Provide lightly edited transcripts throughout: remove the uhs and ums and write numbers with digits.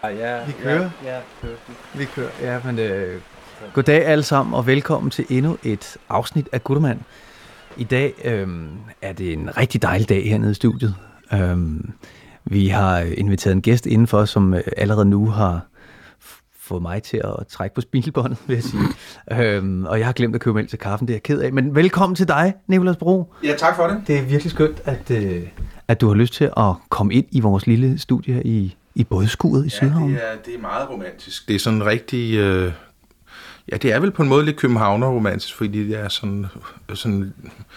Ja, Vi kører. Ja, Vi kører. Ja, men goddag alle sammen, og velkommen til endnu et afsnit af Guttermand. I dag er det en rigtig dejlig dag hernede i studiet. Vi har inviteret en gæst indenfor, som allerede nu har fået mig til at trække på smilebåndet, vil jeg sige. Og jeg har glemt at købe mælk til kaffen, det er jeg ked af. Men velkommen til dig, Nicolas Bro. Ja, tak for det. Det er virkelig skønt, at du har lyst til at komme ind i vores lille studie her i bådskuret i Sydhavn. Ja, det er meget romantisk. Det er sådan rigtig... ja, det er vel på en måde lidt københavner-romantisk, fordi det er sådan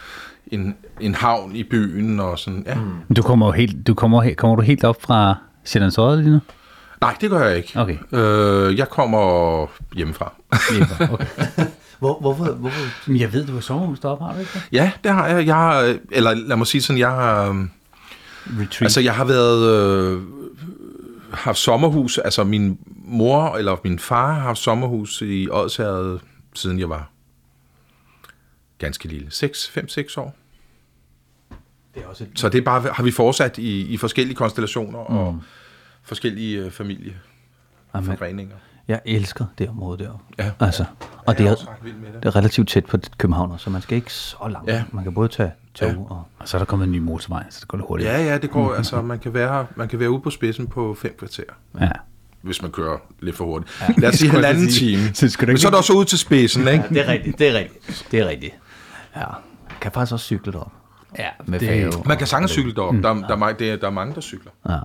en havn i byen og sådan, ja. Du kommer du helt op fra Sjællands Odde lige nu? Nej, det gør jeg ikke. Okay. Jeg kommer hjemmefra. Okay. Hvorfor? Men jeg ved, du har sommerhus deroppe, har du ikke det? Ja, det har jeg. Eller lad mig sige sådan, jeg har... Retreat. Altså, jeg har været... haft sommerhus, altså min mor eller min far har haft sommerhus i Odsherred, siden jeg var ganske lille. 5-6 år. Det er også Så det er bare, har vi fortsat i forskellige konstellationer og forskellige familieforgreninger. Jeg elsker det område deroppe. Ja. Altså, og Jeg det er er, også ret vild med det. det er relativt tæt på København, så man skal ikke så langt. Ja. Man kan både tage tog Ja. og... Og så er der kommet en ny motorvej, så det går lidt hurtigt. Ja, det går, altså man kan være ude på spidsen på 5 kvarter, Ja. hvis man kører lidt for hurtigt. Lad os sige halvanden time. Så Men så er der også ud til spidsen, ikke? Det er rigtigt. Ja, man kan faktisk også cykle derop. Ja, Med det færge. Man kan sagtens cykle derop. Der er mange, der cykler. Ja.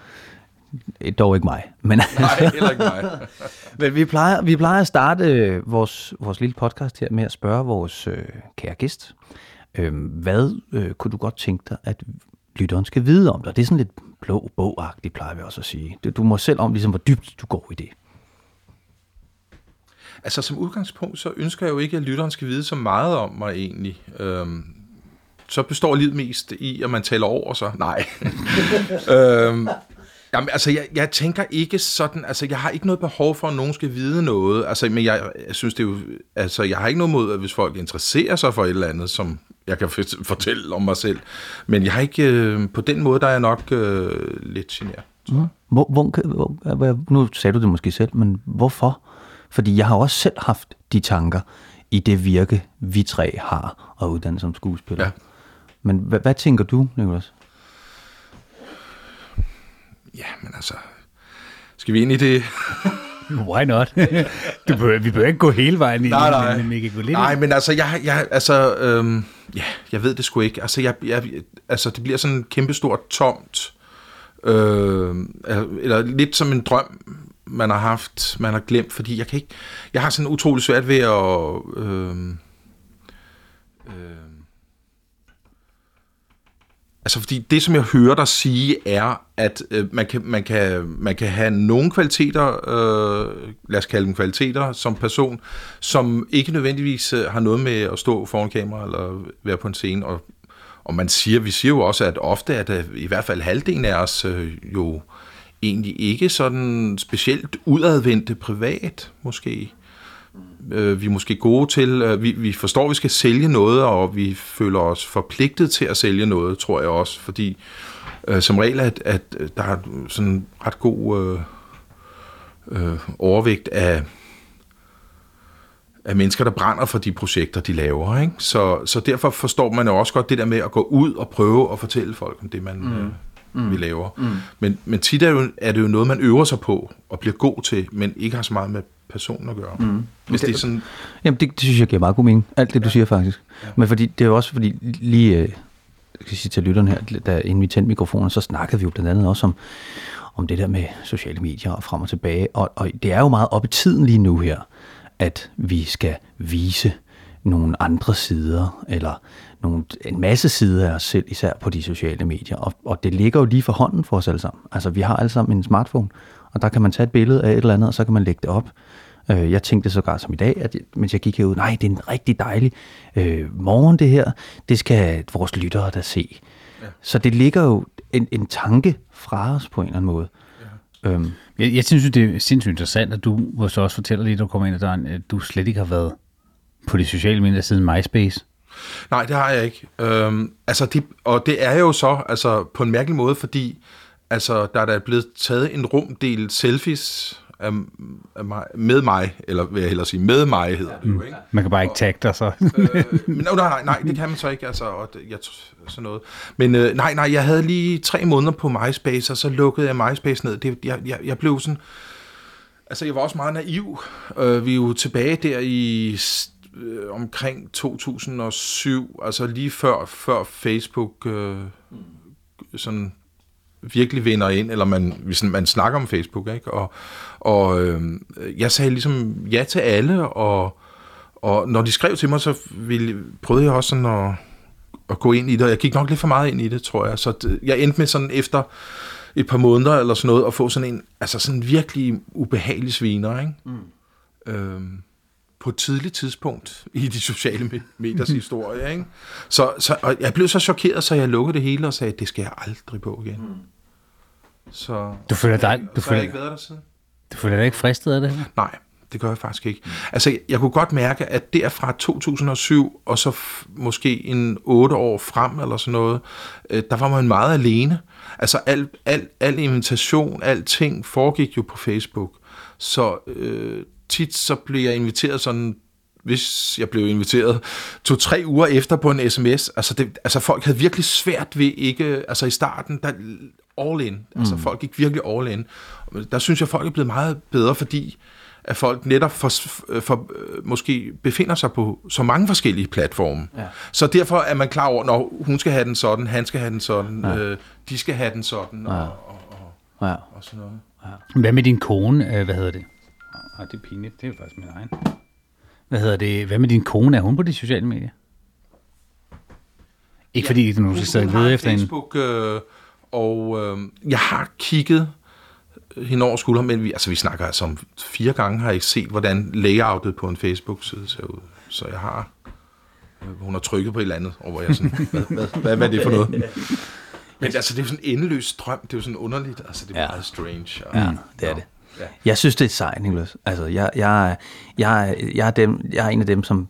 Dog ikke mig. Men, Nej, heller ikke mig. men vi plejer at starte vores lille podcast her med at spørge vores kære gæst. Hvad kunne du godt tænke dig, at lytteren skal vide om dig? Det er sådan lidt blå bog-agtigt, plejer vi også at sige. Du må selv om, ligesom, hvor dybt du går i det. Altså som udgangspunkt, så ønsker jeg jo ikke, at lytteren skal vide så meget om mig egentlig. Så består livet mest i, at man taler over sig. Nej. Jamen, altså, jeg tænker ikke sådan, altså, jeg har ikke noget behov for, at nogen skal vide noget. Altså, men jeg synes, det er jo, altså, jeg har ikke noget mod, at hvis folk interesserer sig for et eller andet, som jeg kan fortælle om mig selv. Men jeg har ikke, på den måde, der er jeg nok lidt genert. Nu sagde du det måske selv, men hvorfor? Fordi jeg har også selv haft de tanker i det virke, vi tre har og uddannet som skuespiller. Ja. Men hvad tænker du, Nicolas? Ja, men altså, skal vi ind i det? Why not? Vi behøver ikke gå hele vejen ind, Nej. men vi kan gå lidt Nej, ind. men altså, jeg ved det sgu ikke. Altså, altså det bliver sådan kæmpestort tomt, eller lidt som en drøm, man har haft, man har glemt, fordi jeg har sådan utrolig svært ved at, altså fordi det, som jeg hører dig sige, er, at man kan have nogle kvaliteter, lad os kalde dem kvaliteter, som person, som ikke nødvendigvis har noget med at stå foran kamera eller være på en scene. Og vi siger jo også, at ofte at i hvert fald halvdelen af os jo egentlig ikke sådan specielt udadvendte privat, måske. Vi er måske gode til, vi forstår, at vi skal sælge noget, og vi føler os forpligtet til at sælge noget, tror jeg også, fordi som regel, at der er sådan ret god overvægt af mennesker, der brænder for de projekter, de laver, ikke? Så derfor forstår man jo også godt det der med at gå ud og prøve at fortælle folk om det, vi laver. Men tit er det jo noget, man øver sig på og bliver god til, men ikke har så meget med personen at gøre. Hvis det er sådan... Jamen, det synes jeg giver meget god mening. Alt det, du siger faktisk. Ja. Men fordi, det er jo også fordi, lige jeg skal sige til lytteren her, da inden vi tændte mikrofonen, så snakkede vi jo blandt andet også om det der med sociale medier og frem og tilbage. Og det er jo meget op i tiden lige nu her, at vi skal vise nogle andre sider, eller en masse sider af os selv, især på de sociale medier. Og det ligger jo lige for hånden for os alle sammen. Altså, vi har alle sammen en smartphone, og der kan man tage et billede af et eller andet, og så kan man lægge det op. Jeg tænkte sågar som i dag, at mens jeg gik herud, nej, det er en rigtig dejlig morgen det her, det skal vores lyttere da se. Ja. Så det ligger jo en tanke fra os på en eller anden måde. Ja. Jeg synes, det er sindssygt interessant, at du så også fortæller lige, at du kommer ind, at du slet ikke har været på de sociale medier siden MySpace. Nej, det har jeg ikke. Og det er jo så på en mærkelig måde, fordi Altså, der er der blevet taget en rumdel selfies med mig, eller vil jeg hellere sige, med mig hedder det jo, ikke? Man kan bare ikke tagge dig så. Nej, det kan man så ikke, altså, sådan noget. Men nej, jeg havde lige 3 måneder på MySpace, og så lukkede jeg MySpace ned. Jeg blev sådan, altså jeg var også meget naiv. Vi er jo tilbage der i omkring 2007, altså lige før Facebook sådan virkelig vinder ind, eller man snakker om Facebook, ikke? Og jeg sagde ligesom ja til alle, og når de skrev til mig, så prøvede jeg også sådan at gå ind i det, og jeg gik nok lidt for meget ind i det, tror jeg. Så jeg endte med sådan efter et par måneder eller sådan noget, at få sådan en, altså sådan virkelig ubehagelig sviner, ikke? På et tidligt tidspunkt i de sociale mediers historie, ikke? Og jeg blev så chokeret, så jeg lukkede det hele og sagde, det skal jeg aldrig på igen. Så Du føler dig ikke været der siden. Du føler dig ikke fristet af det her? Nej, det gør jeg faktisk ikke. Altså, jeg kunne godt mærke, at der fra 2007, og så måske en 8 år frem, eller sådan noget, der var man meget alene. Altså, al invitation, alting foregik jo på Facebook. Så tit så blev jeg inviteret sådan, hvis jeg blev inviteret 2-3 uger efter på en sms. Altså folk havde virkelig svært ved ikke, altså i starten, der all in. Altså folk gik virkelig all in. Der synes jeg, folk er blevet meget bedre, fordi at folk netop måske befinder sig på så mange forskellige platforme. Ja. Så derfor er man klar over, når hun skal have den sådan, han skal have den sådan, de skal have den sådan, og sådan noget. Ja. Hvad med din kone? Hvad hedder det? Det er pinligt. Det er faktisk min egen. Hvad med din kone? Er hun på de sociale medier? Ikke fordi du skal sidde og lede efter Facebook, og jeg har kigget hende over skulderen, men vi snakker altså om 4 gange, har jeg ikke set, hvordan layoutet på en Facebook-side ser ud. Så jeg har... hun har trykket på et eller andet, og hvor jeg sådan... hvad er det for noget? Men altså, det er jo sådan en endeløs drøm. Det er jo sådan underligt. Altså, det er meget strange. Ja, det er det. Ja. Jeg synes, det er sejt, Niklas. Altså, jeg er en af dem, som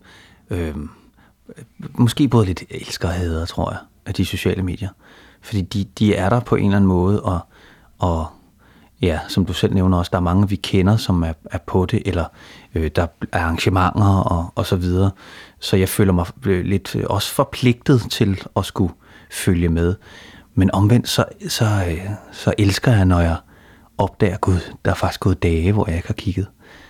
måske både lidt elsker og hader, tror jeg, af de sociale medier. Fordi de er der på en eller anden måde, og ja, som du selv nævner også, der er mange, vi kender, som er på det, eller der er arrangementer og så videre. Så jeg føler mig lidt også forpligtet til at skulle følge med. Men omvendt, så elsker jeg, når jeg opdager, gud, der er faktisk gået dage, hvor jeg ikke har kigget.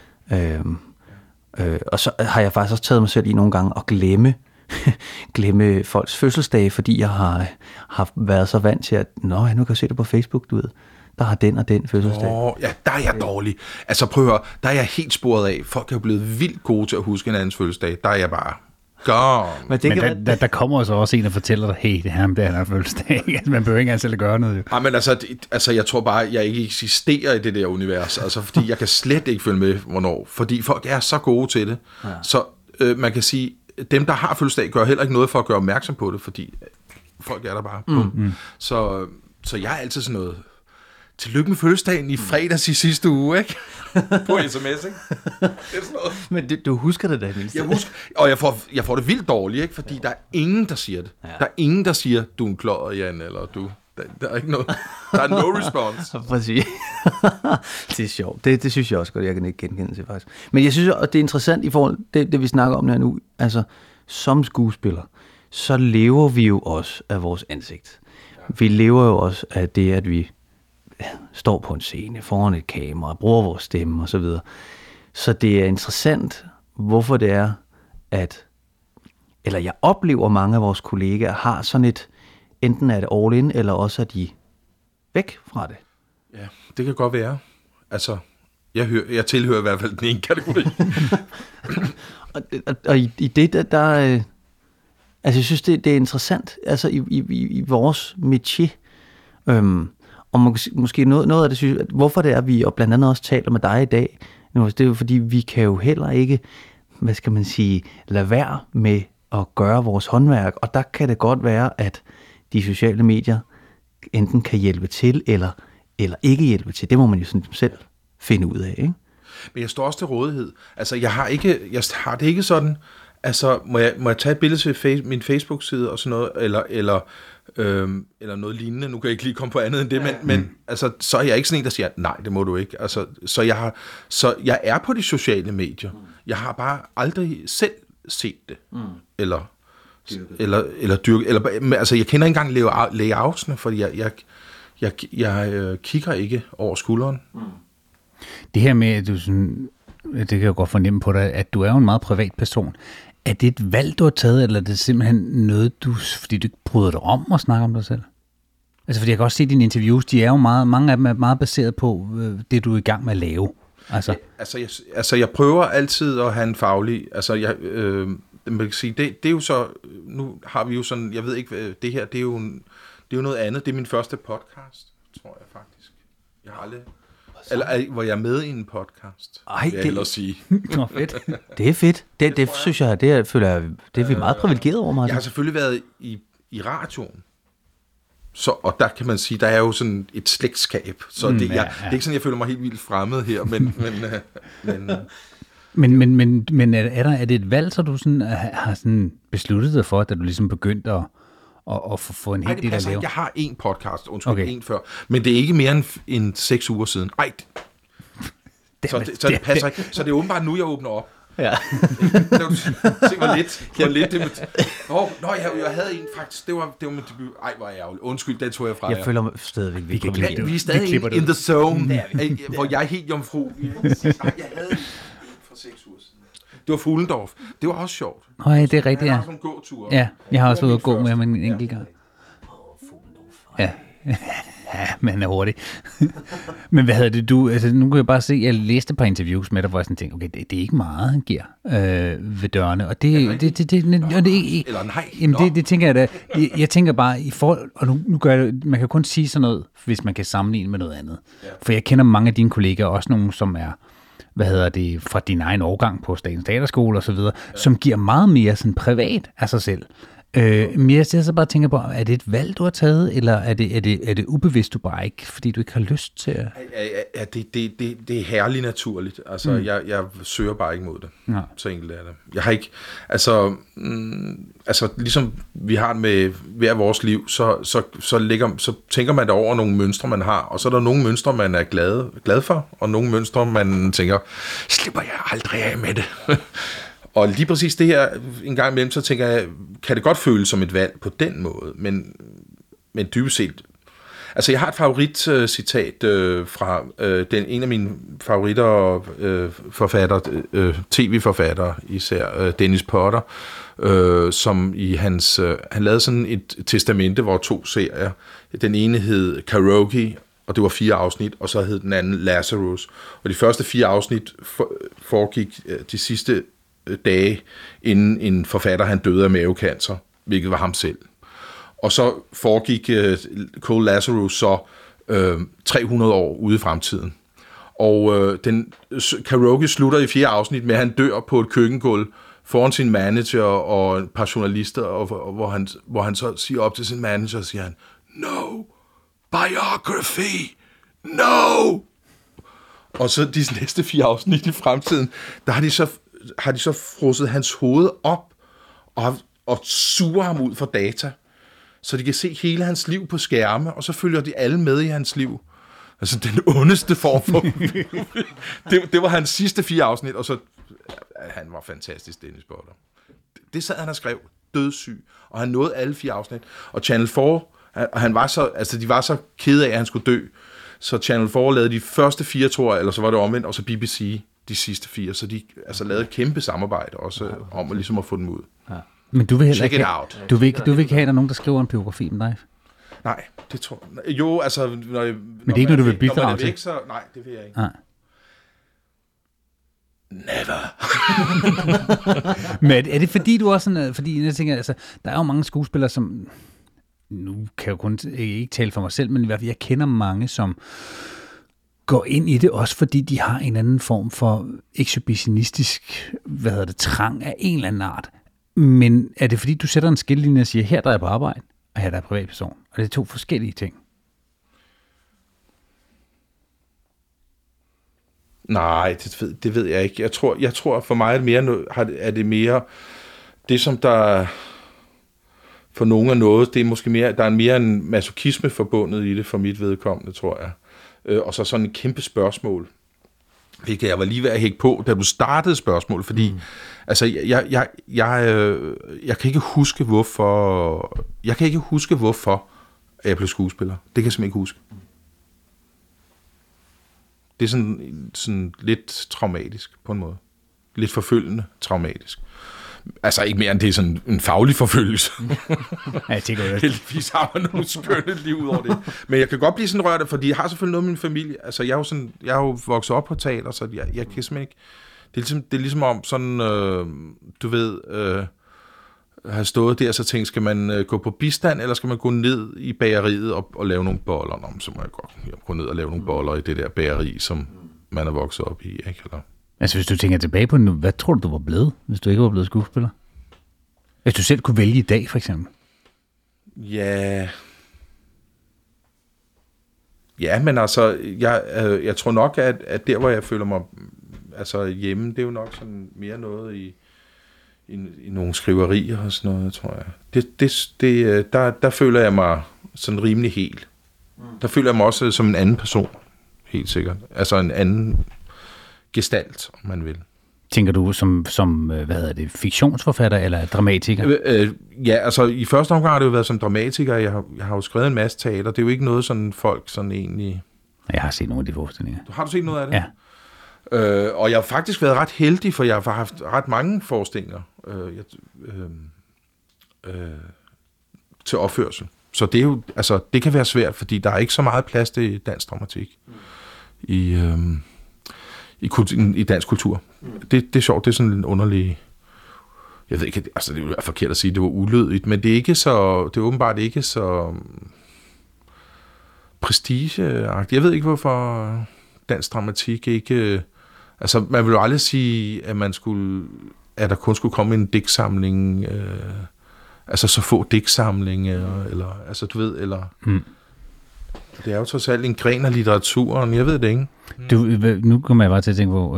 Og så har jeg faktisk også taget mig selv i nogle gange at glemme folks fødselsdage, fordi jeg har været så vant til, at nu kan jeg se det på Facebook, du ved. Der har den og den fødselsdag. Ja, der er jeg dårlig. Altså prøv at høre, der er jeg helt sporet af. Folk er jo blevet vildt gode til at huske en andens fødselsdag. Der er jeg bare... Men der kommer så også en og fortæller dig, hey, det her med han har fødselsdag. Man behøver ikke engang selv at gøre noget. Jo. Ja, men altså, jeg tror bare, jeg ikke eksisterer i det der univers. Altså, fordi jeg kan slet ikke følge med, hvornår. Fordi folk er så gode til det. Ja. Så man kan sige, dem, der har fødselsdag, gør heller ikke noget for at gøre opmærksom på det, fordi folk er der bare. Så jeg er altid sådan noget... Tillykke med fødselsdagen i fredags i sidste uge, ikke? På sms, ikke? Det er sådan noget. Men du husker det da, Niels. Jeg husker, og jeg får det vildt dårligt, ikke? Fordi der er ingen, der siger det. Ja. Der er ingen, der siger, du er en klodder, Jan, eller du... Der er ikke noget. Der er no response. Præcis. Det er sjovt. Det synes jeg også godt, jeg kan ikke genkende til, faktisk. Men jeg synes, at det er interessant i forhold til det, vi snakker om her nu. Altså, som skuespiller, så lever vi jo også af vores ansigt. Vi lever jo også af det, at vi står på en scene foran et kamera, bruger vores stemme og så videre. Så det er interessant, hvorfor det er, eller jeg oplever mange af vores kollegaer har sådan et, enten er det all in, eller også er de væk fra det. Ja, det kan godt være. Altså, jeg tilhører i hvert fald den ene kategori. og i det, der altså jeg synes, det er interessant, altså i vores métier, og måske noget af det, synes, hvorfor det er, vi og blandt andet også taler med dig i dag, det er jo fordi, vi kan jo heller ikke, hvad skal man sige, lade være med at gøre vores håndværk, og der kan det godt være, at de sociale medier enten kan hjælpe til, eller ikke hjælpe til. Det må man jo sådan selv finde ud af, ikke? Men jeg står også til rådighed. Altså, jeg har det ikke sådan, altså, må jeg tage et billede til min Facebook-side og sådan noget, eller eller noget lignende. Nu kan jeg ikke lige komme på andet end det, men altså, så er jeg ikke sådan en, der siger, nej, det må du ikke. Altså, så jeg er på de sociale medier. Jeg har bare aldrig selv set det. Eller dyrket. Altså, jeg kender ikke engang layoutsene, fordi jeg kigger ikke over skulderen. Det her med, at du sådan, det kan jeg godt fornemme på dig, at du er jo en meget privat person. Er det et valg, du har taget, eller er det simpelthen noget, fordi du ikke bryder dig om at snakke om dig selv? Altså, fordi jeg kan også se dine interviews, de er jo mange af dem er meget baseret på det, du er i gang med at lave. Altså, jeg prøver altid at have en faglig, altså, man kan sige, det er jo så, nu har vi jo sådan, jeg ved ikke, det her, det er jo noget andet. Det er min første podcast, tror jeg faktisk. Jeg har aldrig... Eller hvor jeg er med i en podcast, vil jeg ellers sige. Fedt. Det er fedt. Det synes jeg, det er vi meget privilegeret over, Martin. Jeg har selvfølgelig været i radioen. Og der kan man sige, der er jo sådan et slægtskab. Så det er ikke sådan, jeg føler mig helt vildt fremmed her, Men er det et valg, så du sådan, har sådan besluttet dig for, da du ligesom begyndte at få en hel del at lave? Jeg har en podcast, en før, men det er ikke mere end 6 uger siden. Så det passer ikke. Så det er åbenbart nu, jeg åbner op. Ja. Se, hvor lidt det med... jeg havde en faktisk, det var min debut. Hvor er jeg ærgerlig. Undskyld, den tog jeg fra jer. Jeg føler mig stadigvæk virkelig. Vi er stadig in the zone, hvor jeg er helt jomfru. Jeg havde en for 6 uger siden. Det var Fuglendorf. Det var også sjovt. Nej, det er rigtigt, ja. Han har sådan en gåtur. Ja, jeg har også været ude at gå med ham en enkelt gang. Ja. Ja, men han er hurtig. Men hvad havde det du... Altså, nu kan jeg bare se, jeg læste et par interviews med dig, hvor jeg sådan tænkte, okay, det er ikke meget, han giver ved dørene. Og eller nej. Jamen, det tænker jeg da. Jeg tænker bare, i forhold... Og nu gør jeg det, man kan kun sige sådan noget, hvis man kan sammenligne med noget andet. Ja. For jeg kender mange af dine kollegaer, også nogle, som er... fra din egen årgang på Statens Teaterskole og så videre, som giver meget mere sådan privat af sig selv. Men jeg så bare tænker på, er det et valg, du har taget, eller er det ubevidst, du bare ikke, fordi du ikke har lyst til at... Ja, det er herligt naturligt. Altså, jeg søger bare ikke mod det. Ja. Så enkelt er det. Jeg har ikke... Altså, ligesom vi har det med hver vores liv, så tænker man over nogle mønstre, man har, og så er der nogle mønstre, man er glad for, og nogle mønstre, man tænker, slipper jeg aldrig af med det. Og lige præcis det her, en gang imellem, så tænker jeg, kan det godt føles som et valg på den måde, men dybest set... Altså, jeg har et favoritcitat fra en af mine favoritter forfatter, tv-forfatter, især Dennis Potter, som i hans... han lavede sådan et testamente, hvor 2 serier. Den ene hed Karaoke, og det var 4 afsnit, og så hed den anden Lazarus. Og de første 4 afsnit foregik de sidste dage, inden en forfatter, han døde af mavecancer, hvilket var ham selv. Og så foregik Cold Lazarus så 300 år ude i fremtiden. Og karaoke slutter i 4 afsnit med, at han dør på et køkkengulv foran sin manager og et par journalister, og hvor han så siger op til sin manager, og siger han, no, biography, no! Og så de næste 4 afsnit i fremtiden, der har de så frosset hans hoved op og suger ham ud for data, så de kan se hele hans liv på skærme, og så følger de alle med i hans liv. Altså den ondeste form for... det var hans sidste 4 afsnit, og så... Han var fantastisk, Dennis Potter. Det sad han og skrev, dødssyg, og han nåede alle 4 afsnit. Og Channel 4, han var så... Altså de var så kede af, at han skulle dø, så Channel 4 lavede de første 4, tror jeg, eller så var det omvendt, og så BBC de sidste 4, så de lavede et kæmpe samarbejde også om ligesom at få dem ud. Ja. Men du vil heller ikke du vil ikke have, at der er nogen, der skriver en biografi med dig? Nej, det tror jeg. Jo, altså... Men det er ikke noget, du vil bidrage til? Så, nej, det vil jeg ikke. Never. Men er det fordi, du også sådan... Fordi jeg tænker, altså, der er jo mange skuespillere, som... Nu kan jeg kun ikke tale for mig selv, men i hvert fald, jeg kender mange, som går ind i det, også fordi de har en anden form for ekshibitionistisk, trang af en eller anden art. Men er det fordi, du sætter en skillelinje og siger, her der er på arbejde, og her der er privatperson? Og det er 2 forskellige ting. Nej, det ved jeg ikke. Jeg tror for mig er det mere det som der for nogen af noget. Det er måske mere, der er mere en masochisme forbundet i det for mit vedkommende, tror jeg. Og så sådan et kæmpe spørgsmål. Hvilket jeg var lige ved at hække på, da du startede spørgsmålet, fordi altså, jeg kan ikke huske, hvorfor jeg blev skuespiller. Det kan jeg simpelthen ikke huske. Det er sådan lidt traumatisk på en måde. Lidt forfølgende traumatisk. Altså ikke mere end det er sådan en faglig forfølgelse. Ja, det går jo. Heldigvis har man nogle skønne liv ud over det. Men jeg kan godt blive sådan rørt, fordi jeg har selvfølgelig noget med min familie. Altså jeg er jo vokset op på teater, så jeg kan simpelthen ikke... Det er ligesom om sådan, du ved, have stået der, så tænkte, skal man gå på bistand, eller skal man gå ned i bageriet og lave nogle boller? Nå, så må jeg godt gå ned og lave nogle boller i det der bageri, som man er vokset op i, ikke? Eller... Altså, hvis du tænker tilbage på nu, hvad tror du var blevet, hvis du ikke var blevet skuespiller? Hvis du selv kunne vælge i dag, for eksempel? Ja, men altså, jeg tror nok, at der, hvor jeg føler mig altså hjemme, det er jo nok sådan mere noget i nogle skriverier og sådan noget, tror jeg. Der føler jeg mig sådan rimelig helt. Der føler jeg mig også som en anden person, helt sikkert. Altså en anden gestalt, om man vil. Tænker du som fiktionsforfatter eller dramatiker? Ja, altså i første omgang har det jo været som dramatiker. Jeg har jo skrevet en masse teater. Det er jo ikke noget, sådan folk sådan egentlig... Jeg har set nogle af de forestillinger. Har du set noget af det? Ja. Og jeg har faktisk været ret heldig, for jeg har haft ret mange forestillinger til opførsel. Så det er jo, altså, det kan være svært, fordi der er ikke så meget plads til dansk dramatik i dansk kultur. Det er sjovt, det er sådan en underlig... Jeg ved ikke, altså det er jo forkert at sige, det var ulødigt, men det er ikke så... Det er åbenbart ikke så prestigeagtigt. Jeg ved ikke, hvorfor dansk dramatik ikke... Altså, man vil jo aldrig sige, at der kun skulle komme en digtsamling, altså så få digtsamlinger, eller altså du ved, eller... Det er jo trods alt en gren af litteraturen, jeg ved det ikke. Nu kommer jeg bare til at tænke på,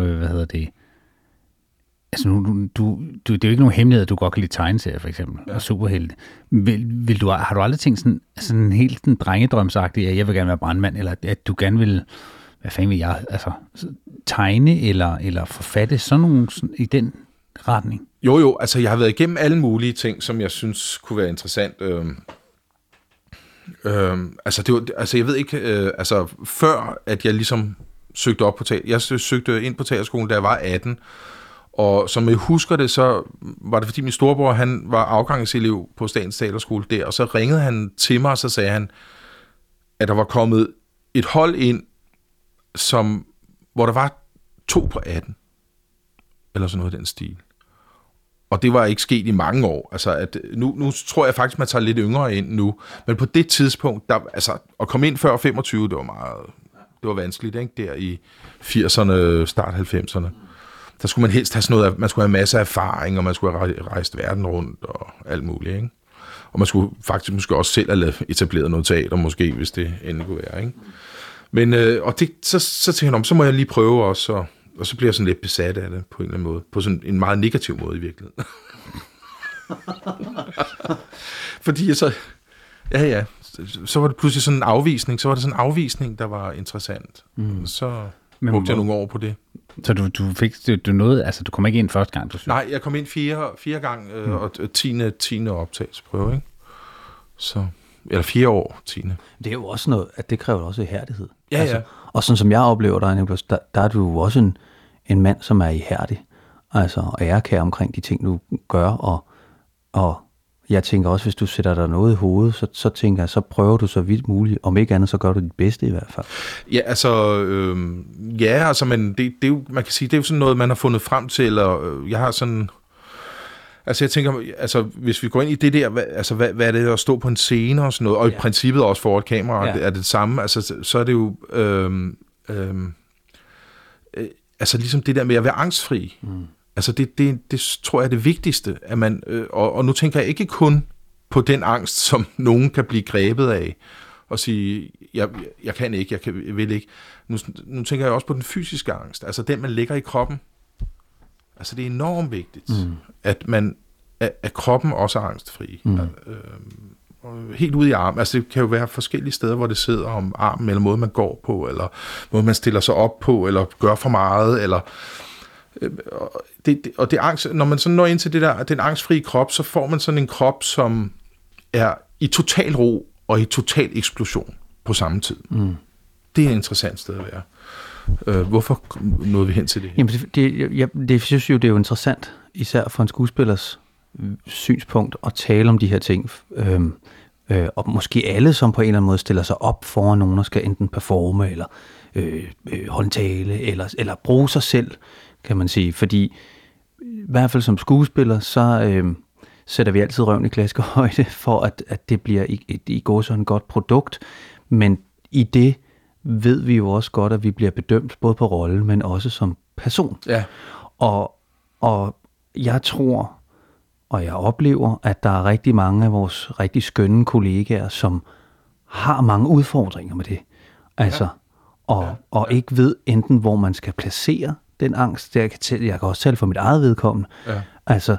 altså det er jo ikke nogen hemmelighed, at du godt kan lide tegneserier, for eksempel, og superhelte. Har du aldrig tænkt sådan helt den drengedrømsagtigt, at jeg vil gerne være brandmand, eller at du gerne vil, hvad fanden vil jeg, altså tegne eller forfatte sådan nogle i den retning? Jo, altså jeg har været igennem alle mulige ting, som jeg synes kunne være interessant. Altså jeg ved ikke, altså før at jeg ligesom søgte op på teater, jeg søgte ind på teaterskolen, da jeg var 18, og som jeg husker det, så var det fordi min storebror, han var afgangselev på Statens Teaterskole der, og så ringede han til mig, og så sagde han, at der var kommet et hold ind, hvor der var 2 på 18, eller sådan noget i den stil. Og det var ikke sket i mange år. Altså, at nu tror jeg faktisk, man tager lidt yngre ind nu. Men på det tidspunkt, altså, at komme ind før 25, det var vanskeligt, ikke? Der i 80'erne, start 90'erne. Der skulle man helst have sådan noget, man skulle have masser af erfaring, og man skulle have rejst verden rundt, og alt muligt, ikke? Og man skulle faktisk måske også selv have etableret noget teater, måske, hvis det endelig kunne være, ikke? Men, og det, så tænkte jeg, så må jeg lige prøve også, og så bliver jeg sådan lidt besat af det på en eller anden måde. På sådan en meget negativ måde i virkeligheden. Fordi så var det pludselig sådan en afvisning. Så var det sådan en afvisning, der var interessant. Så brugte jeg nogle år på det. Så du fik du noget, altså du kom ikke ind første gang, du synes? Nej, jeg kom ind 4 gange, og 10. optagelsesprøve, ikke? Så, eller 4 år, 10. Det er jo også noget, at det kræver også ihærdighed. Ja, altså, ja. Og sådan som jeg oplever dig, Nicholas, der er du jo også en mand, som er ihærdig, altså, og ærekær omkring de ting, du gør, og jeg tænker også, hvis du sætter dig noget i hovedet, så tænker jeg, så prøver du så vidt muligt, om ikke andet, så gør du dit bedste i hvert fald. Ja, altså, men det er jo, man kan sige, det er jo sådan noget, man har fundet frem til, eller jeg har sådan... Altså jeg tænker, altså hvis vi går ind i det der, hvad er det at stå på en scene og sådan noget, og i princippet også for et kamera, er det samme, altså så er det jo, altså ligesom det der med at være angstfri, altså det tror jeg er det vigtigste, at man, og nu tænker jeg ikke kun på den angst, som nogen kan blive grebet af, og sige, jeg kan ikke, jeg vil ikke. Nu tænker jeg også på den fysiske angst, altså den man lægger i kroppen. Altså det er enormt vigtigt, at man er kroppen også angstfri. Helt ude i armen. Altså det kan jo være forskellige steder, hvor det sidder om armen, eller måde man går på, eller måde man stiller sig op på, eller gør for meget, eller det angst, når man så når ind til den angstfrie krop, så får man sådan en krop, som er i total ro og i total eksplosion på samme tid. Det er et interessant sted at være. Hvorfor nåede vi hen til det? Jamen, det synes jo, det er jo interessant, især fra en skuespillers synspunkt, at tale om de her ting. Og måske alle, som på en eller anden måde stiller sig op foran nogen, der skal enten performe, eller holde en tale, eller bruge sig selv, kan man sige. Fordi i hvert fald som skuespiller, så sætter vi altid røven i klaskehøjde, for at det bliver i går så en godt produkt. Men i det ved vi jo også godt, at vi bliver bedømt både på rollen, men også som person. Ja. Og jeg tror, og jeg oplever, at der er rigtig mange af vores rigtig skønne kollegaer, som har mange udfordringer med det. Altså, og ikke ved enten, hvor man skal placere den angst. Jeg kan også tale for mit eget vedkommende. Ja. Altså,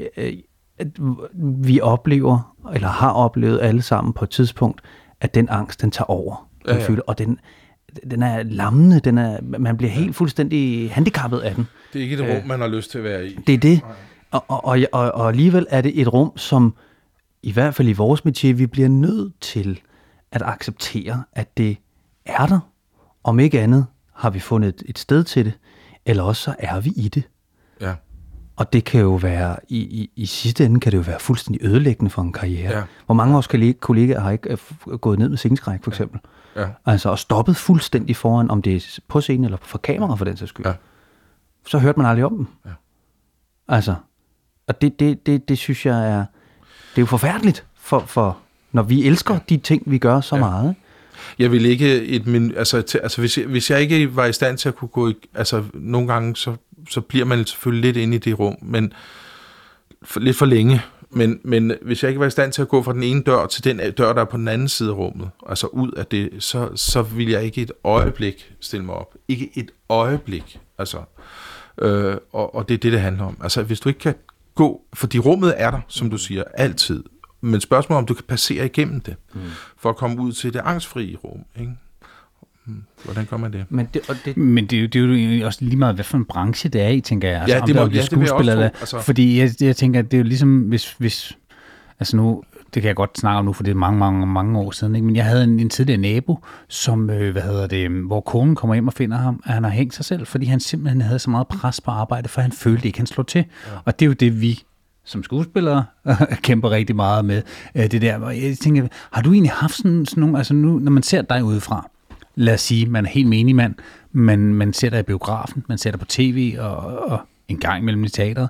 vi oplever, eller har oplevet alle sammen på et tidspunkt, at den angst, den tager over. Og den er lammende, man bliver helt fuldstændig handicappet af den. Det er ikke et rum, man har lyst til at være i. Det er det. Og alligevel er det et rum, som i hvert fald i vores métier, vi bliver nødt til at acceptere, at det er der. Om ikke andet har vi fundet et sted til det, eller også så er vi i det. Ja. Og det kan jo være, i sidste ende kan det jo være fuldstændig ødelæggende for en karriere. Ja. Hvor mange af vores kollegaer har ikke gået ned med sceneskræk, for eksempel. Ja. Altså, og stoppet fuldstændig foran, om det er på scenen eller for kamera, for den sags skyld. Ja. Så hørte man aldrig om dem. Ja. Altså, og det synes jeg det er jo forfærdeligt, for når vi elsker de ting, vi gør så meget. Jeg vil ikke hvis jeg ikke var i stand til at kunne gå nogle gange, så bliver man selvfølgelig lidt inde i det rum, men lidt for længe. Men hvis jeg ikke var i stand til at gå fra den ene dør til den dør, der er på den anden side af rummet, altså ud af det, så vil jeg ikke et øjeblik stille mig op. Ikke et øjeblik. Altså, og det er det handler om. Altså, hvis du ikke kan gå, fordi rummet er der, som du siger, altid. Men spørgsmålet om du kan passere igennem det, for at komme ud til det angstfrie rum, ikke? Hvordan gør man det? Men det er jo også lige meget, hvad for en branche det er i, tænker jeg. Altså, ja, det må det skuespiller, altså. Fordi jeg tænker, at det er jo ligesom, hvis altså nu, det kan jeg godt snakke om nu, for det er mange år siden, ikke? Men jeg havde en tidligere nabo, som, hvor konen kommer hjem og finder ham, at han har hængt sig selv, fordi han simpelthen havde så meget pres på arbejde, for han følte ikke, han slog til. Ja. Og det er jo det, vi som skuespillere kæmper rigtig meget med, det der. Og jeg tænker, har du egentlig haft sådan nogle, altså nu, når man ser dig udefra, lad os sige, man er helt menig mand, men man ser dig i biografen, man ser dig på tv og en gang imellem i teateret,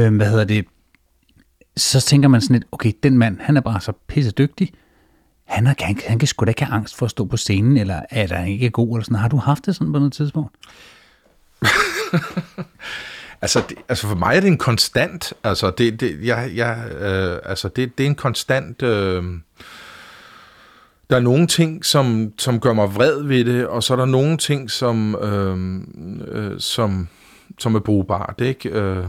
så tænker man sådan lidt, okay, den mand, han er bare så pisse dygtig, han kan sgu da ikke have angst for at stå på scenen, eller at han ikke er god, eller sådan. Har du haft det sådan på noget tidspunkt? Altså for mig er det en konstant, altså det er en konstant. Der er nogle ting, som gør mig vred ved det, og så er der nogle ting, som er brugbart, ikke?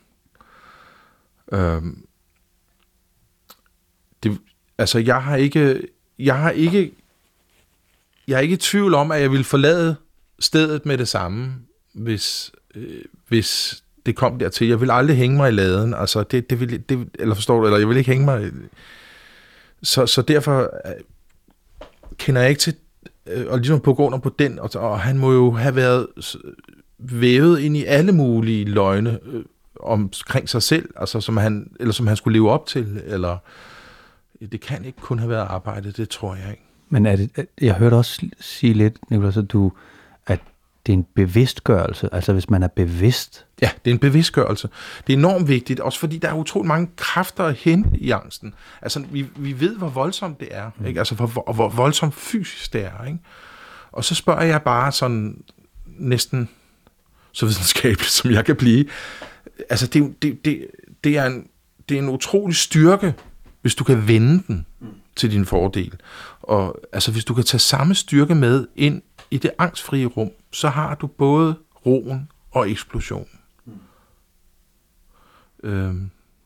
Jeg er ikke i tvivl om, at jeg ville forlade stedet med det samme, hvis det kom dertil. Jeg vil aldrig hænge mig i laden, altså eller forstår du, eller jeg vil ikke hænge mig. Så derfor kender jeg ikke til, og ligesom på grund af på den, og han må jo have været vævet ind i alle mulige løgne omkring sig selv, altså som han skulle leve op til, eller det kan ikke kun have været arbejde, det tror jeg ikke. Men jeg hørte også sige lidt, Nicolas, at det er en bevidstgørelse, altså hvis man er bevidst. Ja, det er en bevidstgørelse. Det er enormt vigtigt, også fordi der er utroligt mange kræfter at hente i angsten. Altså, vi ved, hvor voldsomt det er, ikke? Altså, hvor voldsomt fysisk det er, ikke? Og så spørger jeg bare sådan næsten så videnskabeligt, som jeg kan blive. Altså, det er en utrolig styrke, hvis du kan vende den til din fordel. Og altså, hvis du kan tage samme styrke med ind i det angstfrie rum, så har du både roen og eksplosionen.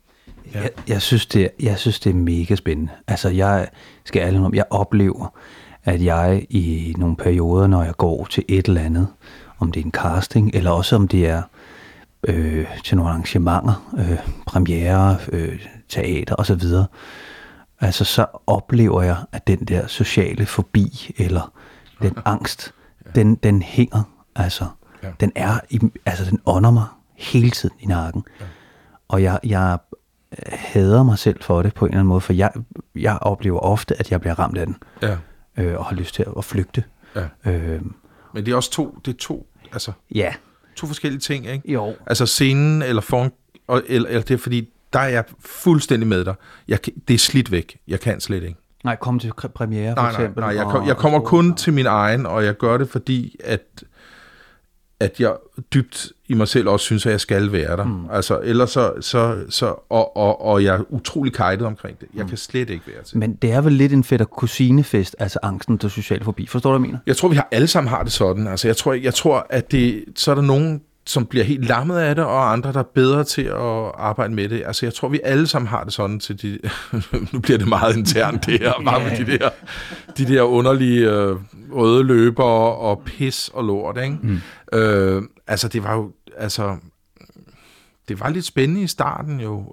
Jeg synes, det er mega spændende. Altså, jeg skal ærligt om, jeg oplever, at jeg i nogle perioder, når jeg går til et eller andet, om det er en casting, eller også om det er til nogle arrangementer, premiere, teater osv., altså så oplever jeg, at den der sociale fobi, eller den angst, den hænger, altså, den er, den ånder mig hele tiden i nakken. Og jeg hader mig selv for det på en eller anden måde, for jeg oplever ofte, at jeg bliver ramt af den, og har lyst til at flygte. Men det er også to forskellige ting, ikke? Jo. Altså scenen eller eller det er fordi, der er jeg fuldstændig med dig. Det er slidt væk. Jeg kan slet ikke. Nej, kom til premiere for eksempel. Nej, jeg kommer kun til min egen, og jeg gør det fordi, at jeg dybt i mig selv også synes, at jeg skal være der. Altså, ellers og jeg er utrolig kajtet omkring det. Jeg kan slet ikke være til. Men det er vel lidt en fætter-kusinefest, altså angsten til social fobi. Forstår du, hvad jeg mener? Jeg tror, vi alle sammen har det sådan. Altså, jeg tror at så er der nogen, som bliver helt lammet af det, og andre, der er bedre til at arbejde med det. Altså, jeg tror, vi alle sammen har det sådan til de... nu bliver det meget internt, det her. Bare med de der underlige røde løbere og pis og lort, ikke? Altså, det var jo... Altså, det var lidt spændende i starten jo.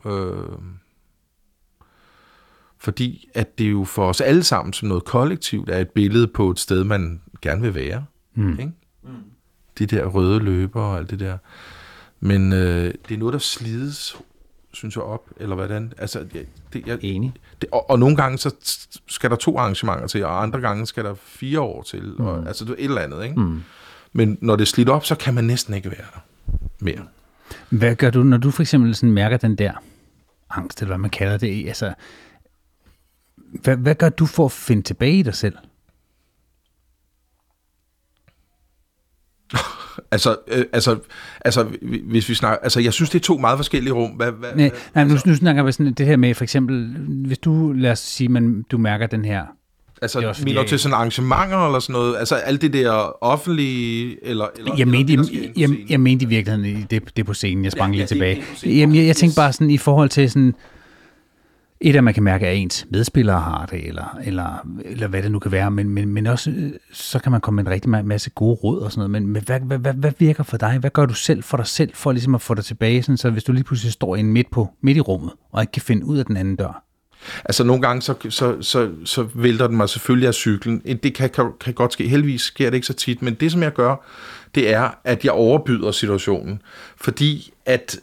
Fordi at det jo for os alle sammen som noget kollektivt er et billede på et sted, man gerne vil være. Ikke? De der røde løber og alt det der. Men det er noget, der slides, synes jeg, op, eller hvordan? Altså, Enig. Og nogle gange, så skal der 2 arrangementer til, og andre gange skal der 4 år til. Og, altså, det er et eller andet, ikke? Men når det er slidt op, så kan man næsten ikke være der mere. Hvad gør du, når du for eksempel sådan mærker den der angst, eller hvad man kalder det? Altså, hvad gør du for at finde tilbage i dig selv? Altså, hvis vi snakker... Altså, jeg synes, det er 2 meget forskellige rum. Nu snakker vi sådan det her med, for eksempel, hvis du, lad os sige, du mærker den her... Altså, mener du til sådan arrangementer eller sådan noget? Altså, alt det der offentlige, eller jeg mente i virkeligheden, det på scenen, jeg sprang lidt tilbage. Jamen, jeg tænkte bare sådan, i forhold til sådan... Et af man kan mærke, at ens medspillere har det, eller hvad det nu kan være, men også, så kan man komme med en rigtig masse gode råd og sådan noget. Men hvad virker for dig? Hvad gør du selv for dig selv, for ligesom at få dig tilbage, sådan, så hvis du lige pludselig står midt i rummet, og ikke kan finde ud af den anden dør? Altså nogle gange, så vælter den mig selvfølgelig af cyklen. Det kan godt ske. Heldigvis sker det ikke så tit, men det som jeg gør, det er, at jeg overbyder situationen. Fordi at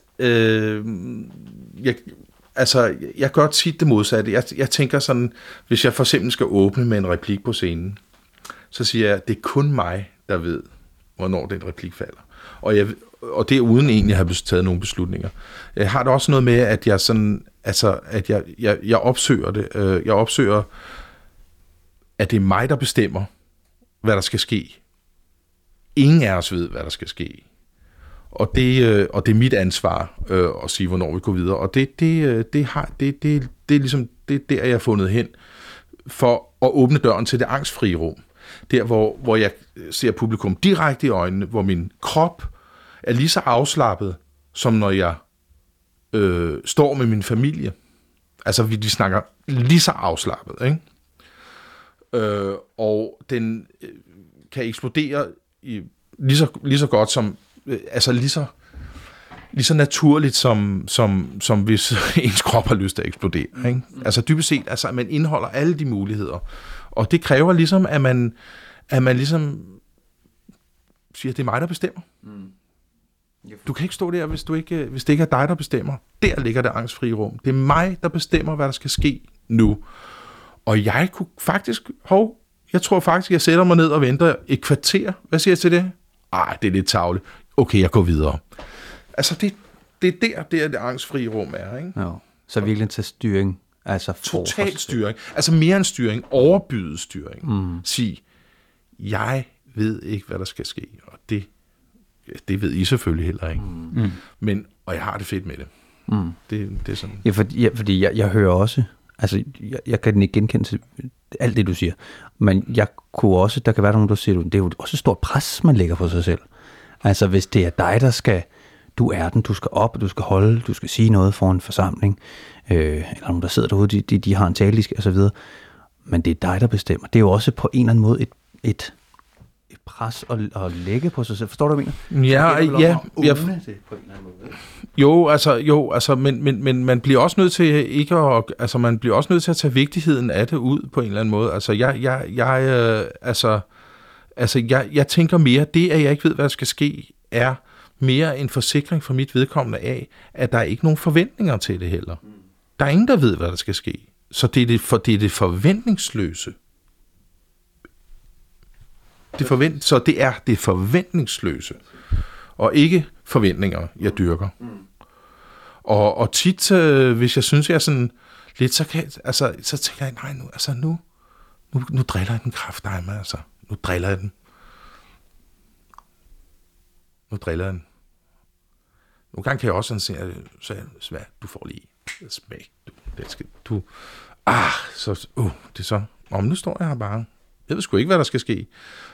jeg gør tit det modsatte. Jeg tænker sådan, hvis jeg for eksempel skal åbne med en replik på scenen, så siger jeg, at det er kun mig, der ved, hvornår den replik falder. Og det er uden egentlig at have taget nogle beslutninger. Jeg har det også noget med, at jeg sådan, altså, at jeg opsøger det. Jeg opsøger, at det er mig, der bestemmer, hvad der skal ske. Ingen af os ved, hvad der skal ske. Og det er mit ansvar at sige, hvornår vi går videre. Og det er ligesom det der, jeg har fundet hen for at åbne døren til det angstfrie rum. Der, hvor jeg ser publikum direkte i øjnene, hvor min krop er lige så afslappet, som når jeg står med min familie. Altså, vi snakker lige så afslappet, ikke? Og den kan eksplodere lige så godt som... Altså lige så naturligt, som hvis ens krop har lyst til at eksplodere. Ikke? Altså dybest set, altså, at man indeholder alle de muligheder. Og det kræver ligesom, at man ligesom siger, at det er mig, der bestemmer. Du kan ikke stå der, hvis det ikke er dig, der bestemmer. Der ligger det angstfrie rum. Det er mig, der bestemmer, hvad der skal ske nu. Og jeg kunne faktisk... jeg tror faktisk, jeg sætter mig ned og venter et kvarter. Hvad siger jeg til det? Det er lidt tarveligt. Okay, jeg går videre. Altså, det er der det angstfrie rum er, ikke? Ja. Så virkelig til styring. Altså total styring. Altså mere end styring. Overbydet styring. Sig, jeg ved ikke, hvad der skal ske. Og det ved I selvfølgelig heller ikke. Men, og jeg har det fedt med det. Det er sådan. Ja, fordi jeg hører også, altså jeg kan ikke genkende til alt det, du siger. Men jeg kunne også, der kan være nogen, der siger, det er jo også et stort pres, man lægger på sig selv. Altså hvis det er dig, der skal, du er den, du skal op, du skal holde, du skal sige noget for en forsamling, eller nogen, der sidder derude, de har en tale, de skal, og så videre. Men det er dig, der bestemmer. Det er jo også på en eller anden måde et pres at lægge på sig selv. Forstår du, hvad jeg mener? Men man bliver også nødt til ikke at, altså man bliver også nødt til at tage vigtigheden af det ud på en eller anden måde. Altså jeg tænker mere, det at jeg ikke ved, hvad der skal ske, er mere en forsikring for mit vedkommende af, at der er ikke nogen forventninger til det heller. Der er ingen, der ved, hvad der skal ske. Så det er det forventningsløse. Så det er det forventningsløse, og ikke forventninger, jeg dyrker. Og tit, hvis jeg synes, jeg er sådan lidt, så tænker jeg, nej, nu driller jeg den kraftedeme, altså. Nu driller jeg den. Nogle gange kan jeg også sådan sige, at du får lige et smæk. Det er så, nu står jeg her bare. Jeg ved sgu ikke, hvad der skal ske.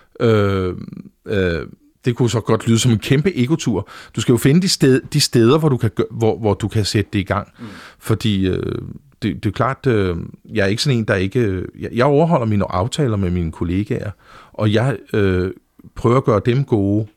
Det kunne så godt lyde som en kæmpe egotur. Du skal jo finde de steder, hvor du kan sætte det i gang. Fordi det er klart, jeg er ikke sådan en, der ikke... Jeg overholder mine aftaler med mine kollegaer, og jeg prøver at gøre dem gode.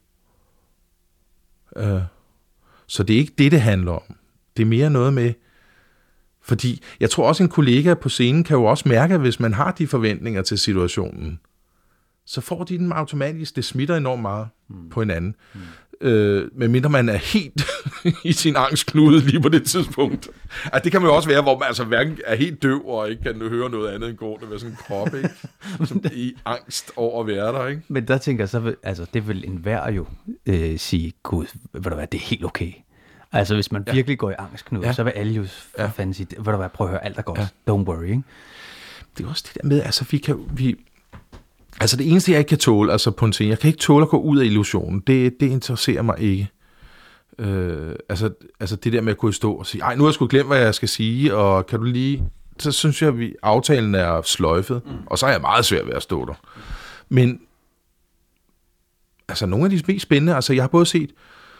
Så det er ikke det handler om. Det er mere noget med... Fordi jeg tror også, en kollega på scenen kan jo også mærke, at hvis man har de forventninger til situationen, så får de dem automatisk. Det smitter enormt meget på hinanden. Medmindre man er helt i sin angstknude lige på det tidspunkt. Altså, det kan man jo også være, hvor man altså hverken er helt døv og ikke kan høre noget andet end gående ved sådan en krop, ikke? Som i angst over at være der, ikke? Men der tænker jeg så, altså det vil enhver jo sige, gud, ved du hvad, det er helt okay. Altså hvis man virkelig går i angstknude, så vil alle jo fanden sige, ved du hvad, prøv at høre, alt er godt, don't worry, ikke? Det er også det der med, altså altså det eneste, jeg ikke kan tåle, altså på en scene, jeg kan ikke tåle at gå ud af illusionen. Det interesserer mig ikke. Altså det der med at gå i stå og sige, nu har jeg sgu glemt, hvad jeg skal sige, og kan du lige... Så synes jeg, at aftalen er sløjfet, og så er jeg meget svær ved at stå der. Men altså nogle af de mest spændende, altså jeg har både set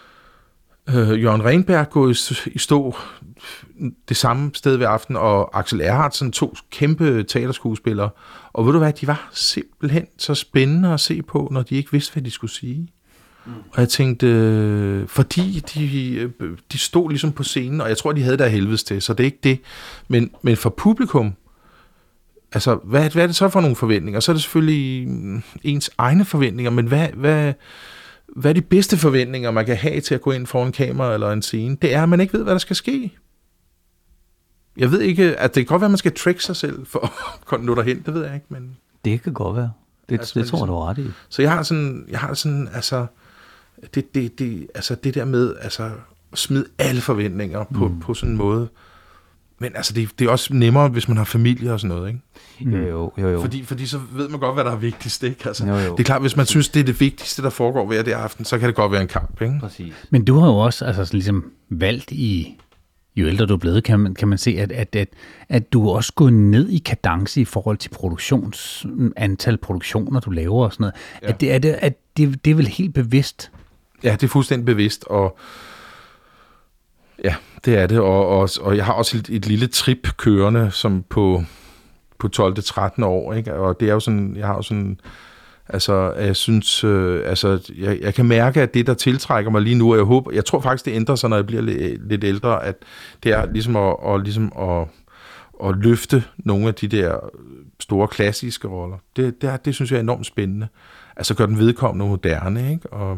Jørgen Renberg gå i stå det samme sted ved aften, og Axel Erhardsen, 2 kæmpe teaterskuespillere. Og ved du hvad, de var simpelthen så spændende at se på, når de ikke vidste, hvad de skulle sige. Og jeg tænkte, fordi de stod ligesom på scenen, og jeg tror, de havde der helvedes til, så det er ikke det. Men for publikum, altså, hvad er det så for nogle forventninger? Så er det selvfølgelig ens egne forventninger, men hvad er de bedste forventninger, man kan have til at gå ind foran en kamera eller en scene? Det er, at man ikke ved, hvad der skal ske. Jeg ved ikke, at det kan godt være, at man skal trick sig selv for at nå derhen, det ved jeg ikke, men... Det kan godt være. Det tror jeg, du er ret i. Så jeg har sådan, altså, det der med, altså, at smide alle forventninger på sådan en måde. Men altså, det er også nemmere, hvis man har familie og sådan noget, ikke? Jo. Fordi så ved man godt, hvad der er vigtigst, ikke? Altså, jo. det er klart, hvis man synes, det er det vigtigste, der foregår hver det aften, så kan det godt være en kamp, ikke? Præcis. Men du har jo også altså, ligesom valgt jo ældre du er blevet, kan man se, at du også går ned i kadence i forhold til antal produktioner, du laver og sådan noget. Ja. Det er vel helt bevidst? Ja, det er fuldstændig bevidst, og ja, det er det, og jeg har også et lille trip kørende, som på 12-13 år, ikke? Og det er jo sådan, jeg har jo sådan, altså, jeg synes, jeg kan mærke, at det, der tiltrækker mig lige nu, og jeg tror faktisk, det ændrer sig, når jeg bliver lidt ældre, at det er ligesom at løfte nogle af de der store klassiske roller. Det synes jeg er enormt spændende. Altså, gør den vedkommende moderne, ikke? Og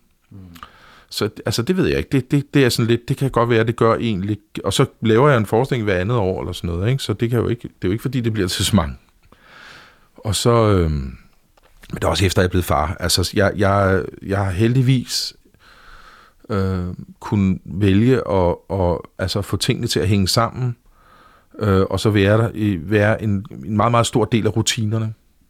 så altså, det ved jeg ikke. Det er sådan lidt, det kan godt være, det gør egentlig. Og så laver jeg en forestilling hver andet år eller sådan noget, ikke? Så det er jo ikke fordi det bliver til så mange. Og så men det er også efter jeg er blevet far. Altså jeg har heldigvis kunne vælge at få tingene til at hænge sammen, og så være en meget, meget stor del af rutinerne.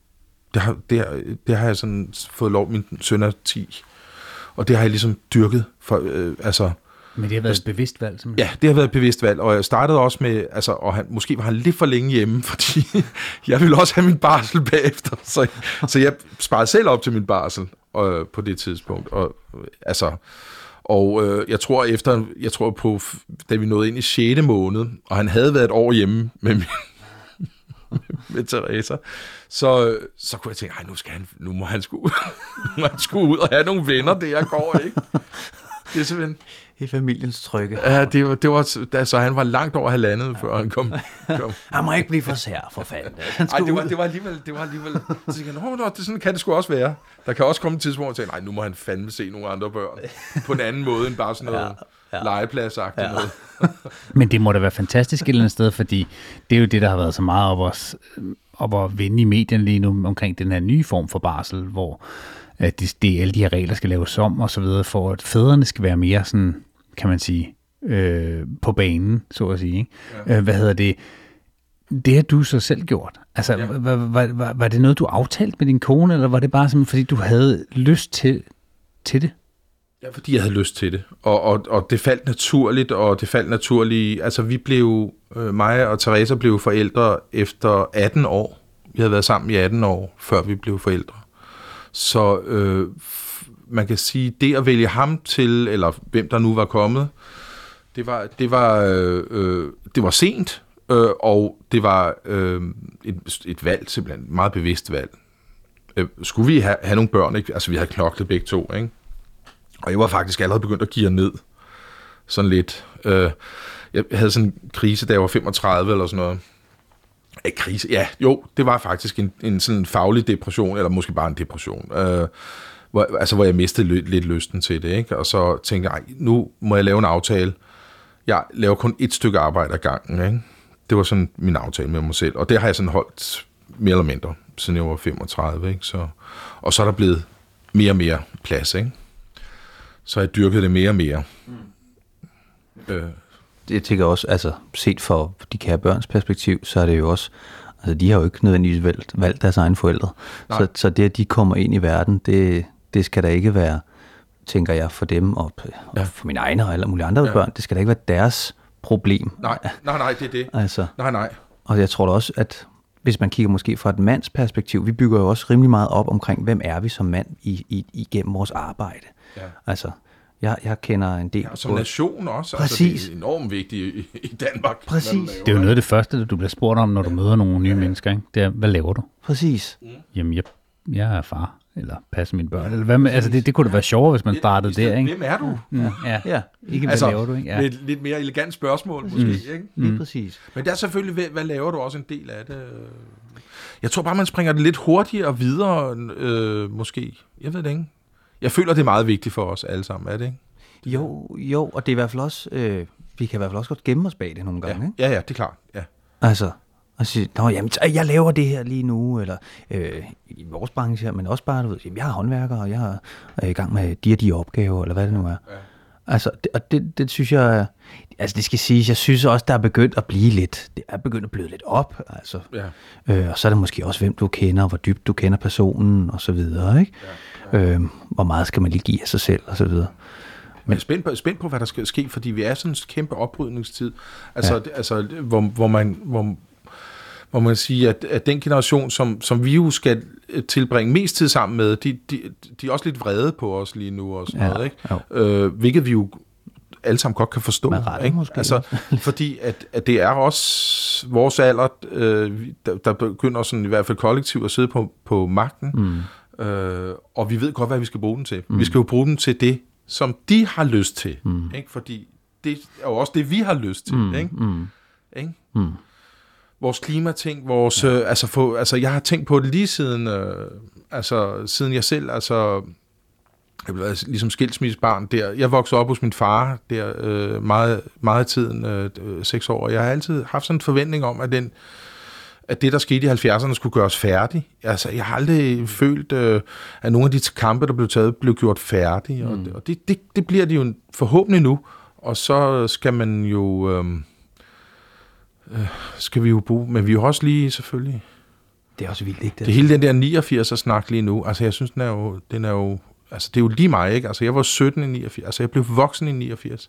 Det har jeg sådan fået lov. Min søn er 10, og det har jeg ligesom dyrket for, Men det har været et bevidst valg, simpelthen? Ja, det har været et bevidst valg, og jeg startede også med, og måske var han lidt for længe hjemme, fordi jeg ville også have min barsel bagefter, så jeg sparede selv op til min barsel på det tidspunkt, Og jeg tror på, da vi nåede ind i 6. måned, og han havde været et år hjemme med Teresa, så kunne jeg tænke, nu må han sgu ud og have nogle venner, det jeg går, ikke? Det er simpelthen... I familiens trygge. Ja, det var så han var langt over 1,5, før han kom. Han må ikke blive for sær, for fanden. Nej, det var alligevel... Så tænkte jeg, sådan kan det sgu også være. Der kan også komme et tidspunkt, hvor jeg tænker, nej, nu må han fandme se nogle andre børn. På en anden måde, end bare sådan noget legepladsagtigt noget. Men det må da være fantastisk et eller andet sted, fordi det er jo det, der har været så meget op at vende i medierne lige nu, omkring den her nye form for barsel, hvor at alle de her regler skal laves om og så videre, for at fædrene skal være mere sådan, kan man sige, på banen, så at sige. Ikke? Ja. Det har du så selv gjort. Altså, ja. Var det noget, du aftalte med din kone, eller var det bare simpelthen, fordi du havde lyst til det? Ja, fordi jeg havde lyst til det. Og det faldt naturligt, altså vi blev, mig og Teresa blev forældre efter 18 år. Vi havde været sammen i 18 år, før vi blev forældre. Så man kan sige, det at vælge ham til, eller hvem der nu var kommet, det var sent, og det var et valg, simpelthen, et meget bevidst valg. Skulle vi have nogle børn, ikke? Altså vi havde knoklet begge to, ikke? Og jeg var faktisk allerede begyndt at geare ned, sådan lidt. Jeg havde sådan en krise, da jeg var 35 eller sådan noget. Krise? Ja, jo, det var faktisk en sådan faglig depression, eller måske bare en depression, hvor jeg mistede lidt lysten til det, ikke? Og så tænkte jeg, nu må jeg lave en aftale. Jeg laver kun et stykke arbejde ad gangen, ikke? Det var sådan min aftale med mig selv, og det har jeg sådan holdt mere eller mindre, siden jeg var 35, ikke? Og så er der blevet mere og mere plads, ikke? Så jeg dyrkede det mere og mere. Jeg tænker også, altså set for de kære børns perspektiv, så er det jo også, altså de har jo ikke nødvendigvis valgt deres egne forældre. Så det, at de kommer ind i verden, det skal da ikke være, tænker jeg, for dem og for mine egne og alle mulige andre børn, det skal da ikke være deres problem. Nej, det er det. Altså, nej. Og jeg tror da også, at hvis man kigger måske fra et mands perspektiv, vi bygger jo også rimelig meget op omkring, hvem er vi som mand igennem vores arbejde. Ja. Altså, jeg kender en del. Ja, som nation også. Præcis. Altså, det er enormt vigtigt i Danmark. Præcis. Det er jo noget af det første, du bliver spurgt om, når du møder nogle nye mennesker. Ikke? Det er, hvad laver du? Præcis. Jamen, jeg er far, eller passer mine børn. Eller hvad med, altså, det kunne da være sjovere, hvis man startede der. Ikke? Hvem er du? Ja. Ikke, hvad laver du? Ikke? Ja. Lidt mere elegant spørgsmål, måske. Ikke? Lige præcis. Men det er selvfølgelig, hvad laver du også en del af det? Jeg tror bare, man springer det lidt hurtigere videre, måske. Jeg ved det ikke. Jeg føler, det er meget vigtigt for os alle sammen, er det ikke? Jo, og det er i hvert fald også, vi kan i hvert fald også godt gemme os bag det nogle gange, ikke? Ja, det er klart, ja. Altså, at sige, jamen, jeg laver det her lige nu, eller i vores branche her, men også bare, du ved, jamen, jeg er håndværker, og jeg er i gang med de opgaver, eller hvad det nu er. Ja. Altså, det synes jeg, altså det skal siges, jeg synes også, der er begyndt at blive lidt, det er begyndt at bløde lidt op, altså. Ja. Og så er det måske også, hvem du kender, hvor dybt du kender personen, og så videre, ikke? Ja. Hvor meget skal man lige give af sig selv, og så videre. Men spændt på, hvad der skal ske, fordi vi er sådan en kæmpe oprydningstid, altså hvor man siger, at den generation, som vi jo skal tilbringe mest tid sammen med, de er også lidt vrede på os lige nu og sådan noget, ikke? Hvilket vi jo alle sammen godt kan forstå, ikke? Altså, fordi at det er også vores alder, der begynder sådan i hvert fald kollektivt at sidde på magten, og vi ved godt, hvad vi skal bruge den til. Vi skal jo bruge den til det, som de har lyst til, ikke? Fordi det er jo også det, vi har lyst til, ikke? Ikke? Vores klimating, vores, jeg har tænkt på det lige siden, siden jeg selv, jeg blev ligesom skilsmissebarn der. Jeg voksede op hos min far der meget af tiden, 6 år, og jeg har altid haft sådan en forventning om, at det, der skete i 70'erne, skulle gøres færdigt. Altså, jeg har aldrig følt, at nogle af de kampe, der blev taget, blev gjort færdige, og det bliver de jo forhåbentlig nu, og så skal man jo... skal vi jo bruge, men vi er jo også lige selvfølgelig... Det er også vildt, ikke? Det er hele den der 89'er-snak lige nu. Altså, jeg synes, den er jo... Altså, det er jo lige mig, ikke? Altså, jeg var 17 i 89. Altså, jeg blev voksen i 89.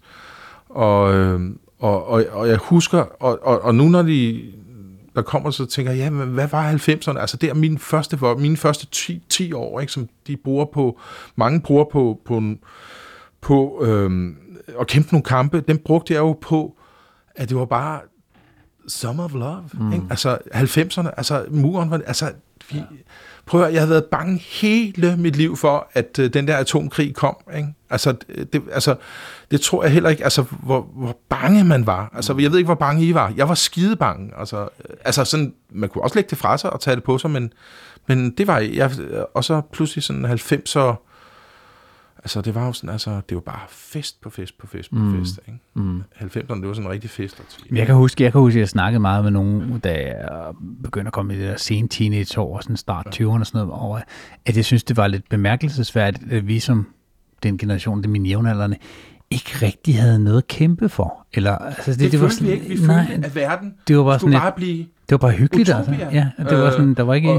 Og jeg husker... Og nu, når der kommer, så tænker jeg, men hvad var 90'erne? Altså, det er mine første 10 år, ikke? Som de bruger på... Mange bruger på at kæmpe nogle kampe, dem brugte jeg jo på, at det var bare Summer of Love. Ikke? Altså 90'erne, altså muren var... Altså, prøv at, jeg havde været bange hele mit liv for, at den der atomkrig kom. Ikke? Altså, det tror jeg heller ikke, altså, hvor bange man var. Altså, jeg ved ikke, hvor bange I var. Jeg var skide bange. Altså sådan, man kunne også lægge det fra sig og tage det på sig, men det var jeg. Og så pludselig sådan 90'er, altså, det var jo sådan, altså, det var bare fest på fest på fest på fest. Ikke? 90'erne, det var sådan en rigtig fest. Jeg kan huske, at jeg snakkede meget med nogen, da jeg begyndte at komme i det der sene teenageår og sådan start 20'erne og sådan noget, over, at jeg synes, det var lidt bemærkelsesværdigt, at vi som den generation, det mine jævnaldrende, ikke rigtig havde noget at kæmpe for. Eller, altså, det var sådan, vi ikke. Vi følte, at verden det var bare skulle sådan bare blive det var bare hyggeligt. Altså. Ja, det var sådan, der var ikke...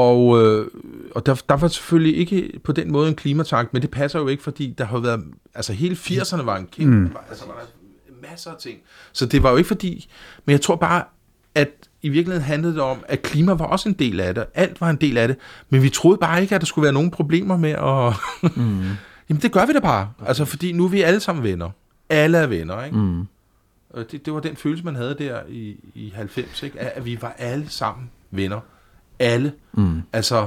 Og der var selvfølgelig ikke på den måde en klimatank, men det passer jo ikke, fordi der har været, altså hele 80'erne var en kæmpe, altså var der masser af ting. Så det var jo ikke fordi, men jeg tror bare, at i virkeligheden handlede det om, at klima var også en del af det. Alt var en del af det, men vi troede bare ikke, at der skulle være nogen problemer med at... Jamen det gør vi da bare, altså fordi nu er vi alle sammen venner. Alle er venner, ikke? Det var den følelse, man havde der i 90, ikke? At vi var alle sammen venner. Alle. Altså...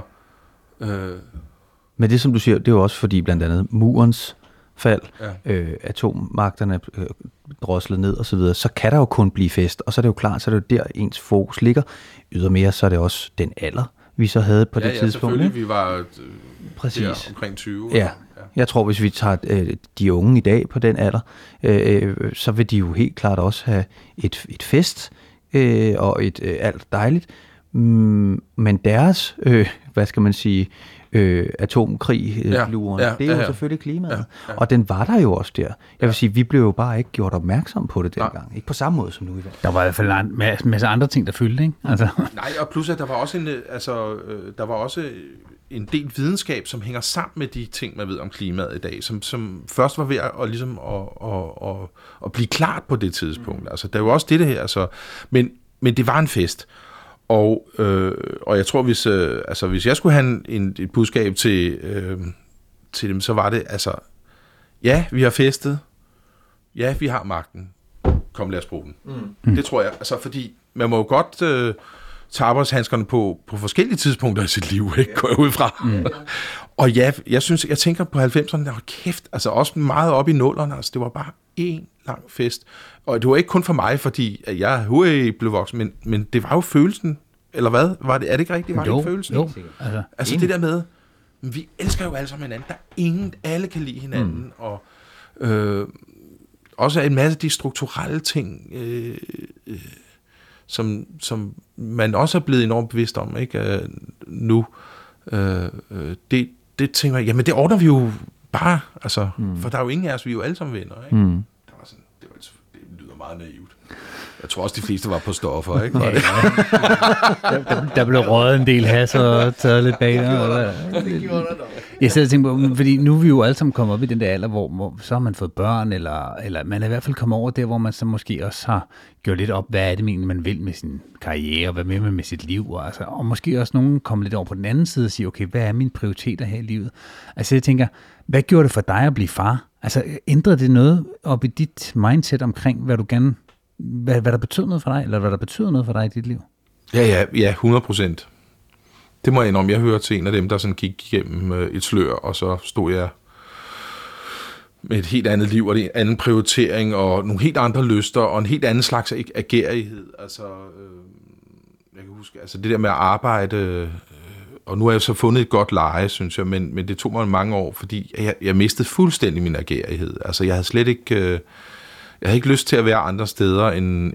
Men det, som du siger, det er jo også fordi blandt andet murens fald, atommagterne droslet ned og så videre, så kan der jo kun blive fest, og så er det jo klart, så er det jo der ens fokus ligger. Ydermere, så er det også den alder, vi så havde på det tidspunkt. Ja, selvfølgelig, vi var der omkring 20. Ja. Jeg tror, hvis vi tager de unge i dag på den alder, så vil de jo helt klart også have et fest og et alt dejligt. Men deres, hvad skal man sige, atomkrig-luren, det er jo selvfølgelig klimaet. Ja. Og den var der jo også der. Jeg vil sige, vi blev jo bare ikke gjort opmærksom på det dengang. Ikke på samme måde som nu i dag. Der var i hvert fald en masse andre ting, der fyldte, ikke? Altså. Nej, og plus at der var også en del videnskab, som hænger sammen med de ting, man ved om klimaet i dag, som først var ved at, ligesom at blive klart på det tidspunkt. Altså, der er jo også det her, altså, men det var en fest. Og jeg tror, hvis jeg skulle have et budskab til dem, så var det, altså, ja, vi har festet, ja, vi har magten, kom, lad os bruge den. Det tror jeg, altså, fordi man må jo godt tage arbejdshandskerne på forskellige tidspunkter i sit liv, ikke, går jeg ud fra. Og ja, jeg tænker på 90'erne, der var kæft, altså også meget op i nullerne, altså det var bare en lang fest. Og det var ikke kun for mig, fordi jeg blev voksen, men det var jo følelsen, eller hvad? Er det ikke rigtigt? Var det ikke følelsen? Jo. Altså det der med, vi elsker jo alle sammen hinanden, alle kan lide hinanden, og også en masse af de strukturelle ting, som man også er blevet enormt bevidst om, ikke? Nu. Det tænker jeg, jamen det ordner vi jo bare, altså, for der er jo ingen af os, vi er jo alle sammen venner, ikke? Det lyder meget naivt. Jeg tror også, de fleste var på stoffer, ikke? Var det? Der blev røget en del has og taget lidt bag. Jeg sidder og tænker på, fordi nu er vi jo alle sammen kommet op i den der alder, hvor så har man fået børn, eller man er i hvert fald kommet over der, hvor man så måske også har gjort lidt op, hvad er det egentlig, man vil med sin karriere, og hvad med sit liv, og måske også nogen kommer lidt over på den anden side og siger, okay, hvad er mine prioriteter her i livet? Altså jeg tænker, hvad gjorde det for dig at blive far? Altså ændrede det noget op i dit mindset omkring, hvad du gerne, hvad der betød noget for dig, eller hvad der betyder noget for dig i dit liv? Ja, 100%. Det må jeg indrømme. Jeg hørte til en af dem, der sådan gik igennem et slør, og så stod jeg med et helt andet liv, og en anden prioritering, og nogle helt andre lyster, og en helt anden slags agerighed. Altså, jeg kan huske, altså det der med at arbejde, og nu har jeg så fundet et godt leje, synes jeg, men det tog mig mange år, fordi jeg mistede fuldstændig min agerighed. Altså, jeg havde slet ikke, jeg havde ikke lyst til at være andre steder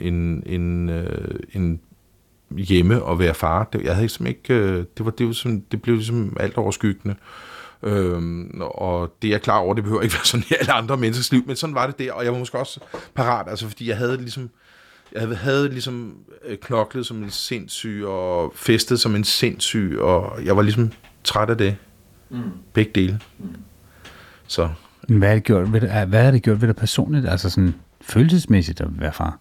end hjemme og være far. Jeg havde ligesom ikke, det blev ligesom alt overskyggende. Og det er jeg klar over, det behøver ikke være sådan i alle andre menneskers liv, men sådan var det der, og jeg var måske også parat, altså fordi jeg havde ligesom knoklet som en sindssyg, og festet som en sindssyg, og jeg var ligesom træt af det. Begge dele. Så. Hvad har det gjort ved dig personligt, altså sådan følelsesmæssigt at være far?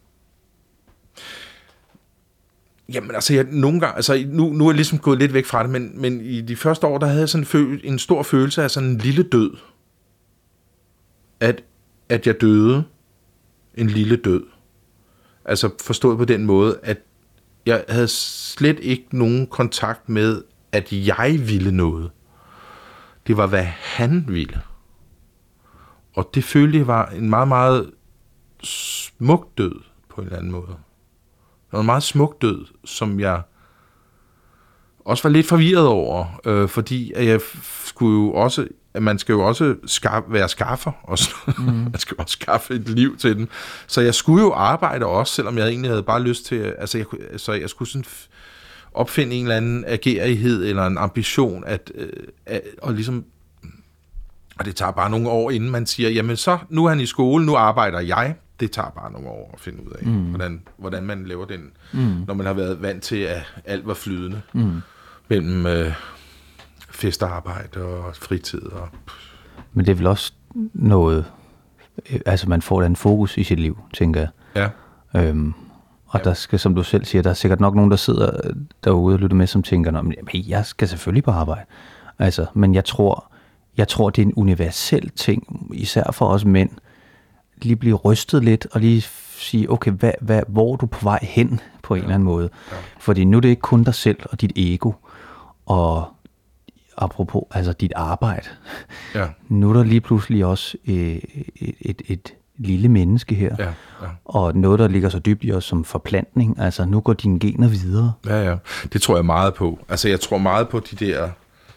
Jamen altså, nogle gange, altså nu er jeg ligesom gået lidt væk fra det, men i de første år, der havde jeg sådan en stor følelse af sådan en lille død. at jeg døde en lille død. Altså forstået på den måde, at jeg havde slet ikke nogen kontakt med, at jeg ville noget. Det var, hvad han ville. Og det følte jeg var en meget, meget smuk død på en eller anden måde. Det var en meget smuk død, som jeg også var lidt forvirret over, fordi at jeg skulle jo også, at man skal jo også være skaffer, og man skal også skaffe et liv til den. Så jeg skulle jo arbejde også, selvom jeg egentlig havde bare lyst til, altså jeg skulle sådan opfinde en eller anden agerighed eller en ambition, og ligesom, og det tager bare nogle år, inden man siger, jamen så, nu er han i skole, nu arbejder jeg. Det tager bare nogle år at finde ud af, hvordan man laver den, når man har været vant til, at alt var flydende mellem festarbejde og fritid. Men det er vel også noget, altså man får da en fokus i sit liv, tænker jeg. Ja. Og der skal, som du selv siger, der er sikkert nok nogen, der sidder derude og lytter med, som tænker, jeg skal selvfølgelig på arbejde. Altså, men jeg tror, det er en universel ting, især for os mænd, lige blive rystet lidt, og lige sige, okay, hvor er du på vej hen, på en eller anden måde? Ja. Fordi nu er det ikke kun dig selv og dit ego, og apropos, altså dit arbejde. Ja. Nu er der lige pludselig også et lille menneske her, og noget, der ligger så dybt i os som forplantning. Altså, nu går dine gener videre. Ja. Det tror jeg meget på. Altså, jeg tror meget på de der,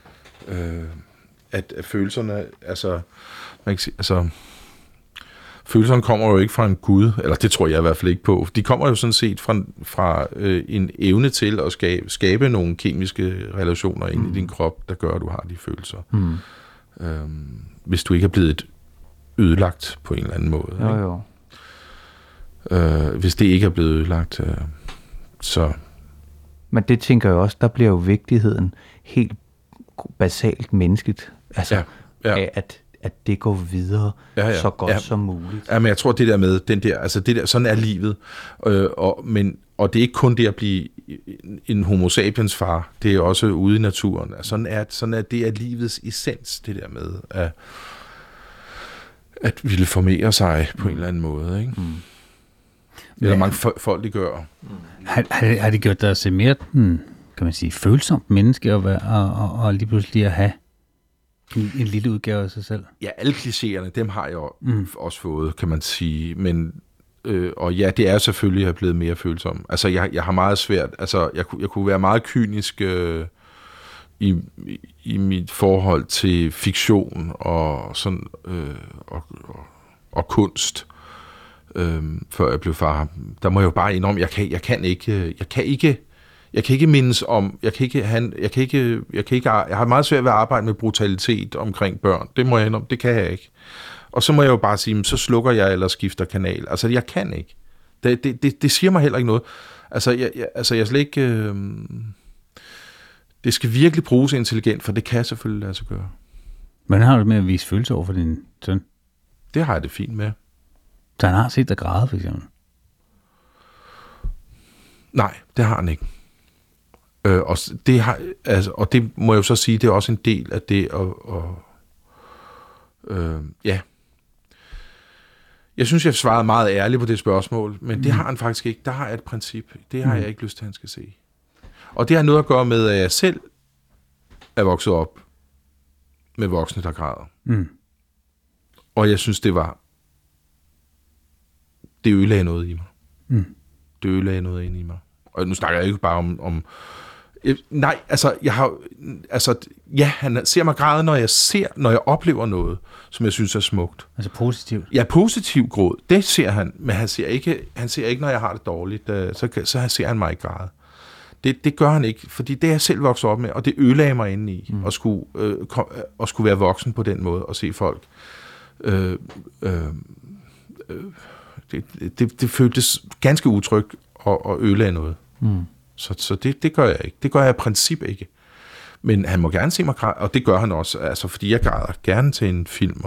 at følelserne, altså, man kan sige, altså, følelserne kommer jo ikke fra en Gud, eller det tror jeg i hvert fald ikke på. De kommer jo sådan set fra en evne til at skabe nogle kemiske relationer ind i din krop, der gør, at du har de følelser. Hvis du ikke er blevet ødelagt på en eller anden måde. Jo. Hvis det ikke er blevet ødelagt, så... Men det tænker jeg også, der bliver jo vigtigheden helt basalt menneskeligt. Altså, at det går videre så godt som muligt. Ja, men jeg tror, det der med den der, altså det der, sådan er livet. Og det er ikke kun det at blive en homo sapiens far, det er også ude i naturen. Altså, sådan er det er livets essens, det der med at ville formere sig på en eller anden måde, ikke? Eller mange folk, de gør. Har det gjort dig at se mere, kan man sige, følsomt menneske og lige pludselig at have en lille udgave af sig selv? Ja, alle klichéerne, dem har jeg også fået, kan man sige. Men, og ja, det er selvfølgelig, at jeg er blevet mere følsom. Altså, jeg har meget svært, altså, jeg kunne være meget kynisk i mit forhold til fiktion og sådan, og kunst, før jeg blev far. Der må jeg jo bare indrømme, jeg kan ikke mindes om, jeg har meget svært ved at arbejde med brutalitet omkring børn. Det må jeg indrømme, det kan jeg ikke. Og så må jeg jo bare sige, så slukker jeg eller skifter kanal. Altså, jeg kan ikke. Det siger mig heller ikke noget. Altså, jeg slet ikke... det skal virkelig bruges intelligent, for det kan selvfølgelig lade sig gøre. Hvordan har du det med at vise følelser over for din søn? Det har jeg det fint med. Så han har set dig græde, for eksempel? Nej, det har han ikke. Og det må jeg jo så sige, det er også en del af det ja. Jeg synes, jeg svarede meget ærligt på det spørgsmål, men det har han faktisk ikke. Der har jeg et princip. Det har jeg ikke lyst til, at han skal se. Og det har noget at gøre med, at jeg selv er vokset op med voksne, der græder. Og jeg synes, det ødelagde noget i mig. Det ødelagde noget ind i mig. Og nu snakker jeg ikke bare om nej, han ser mig græde, når jeg oplever noget, som jeg synes er smukt. Altså positivt? Ja, positiv gråd, det ser han, men han ser ikke, når jeg har det dårligt, så ser han mig ikke græde. Det gør han ikke, fordi det er jeg selv vokset op med, og det ødelagde mig inde i, at skulle være voksen på den måde, og se folk. Det føltes ganske utrygt og ødelagde noget. Så det gør jeg ikke. Det gør jeg i princip ikke. Men han må gerne se mig græde, og det gør han også, altså, fordi jeg græder gerne til en film,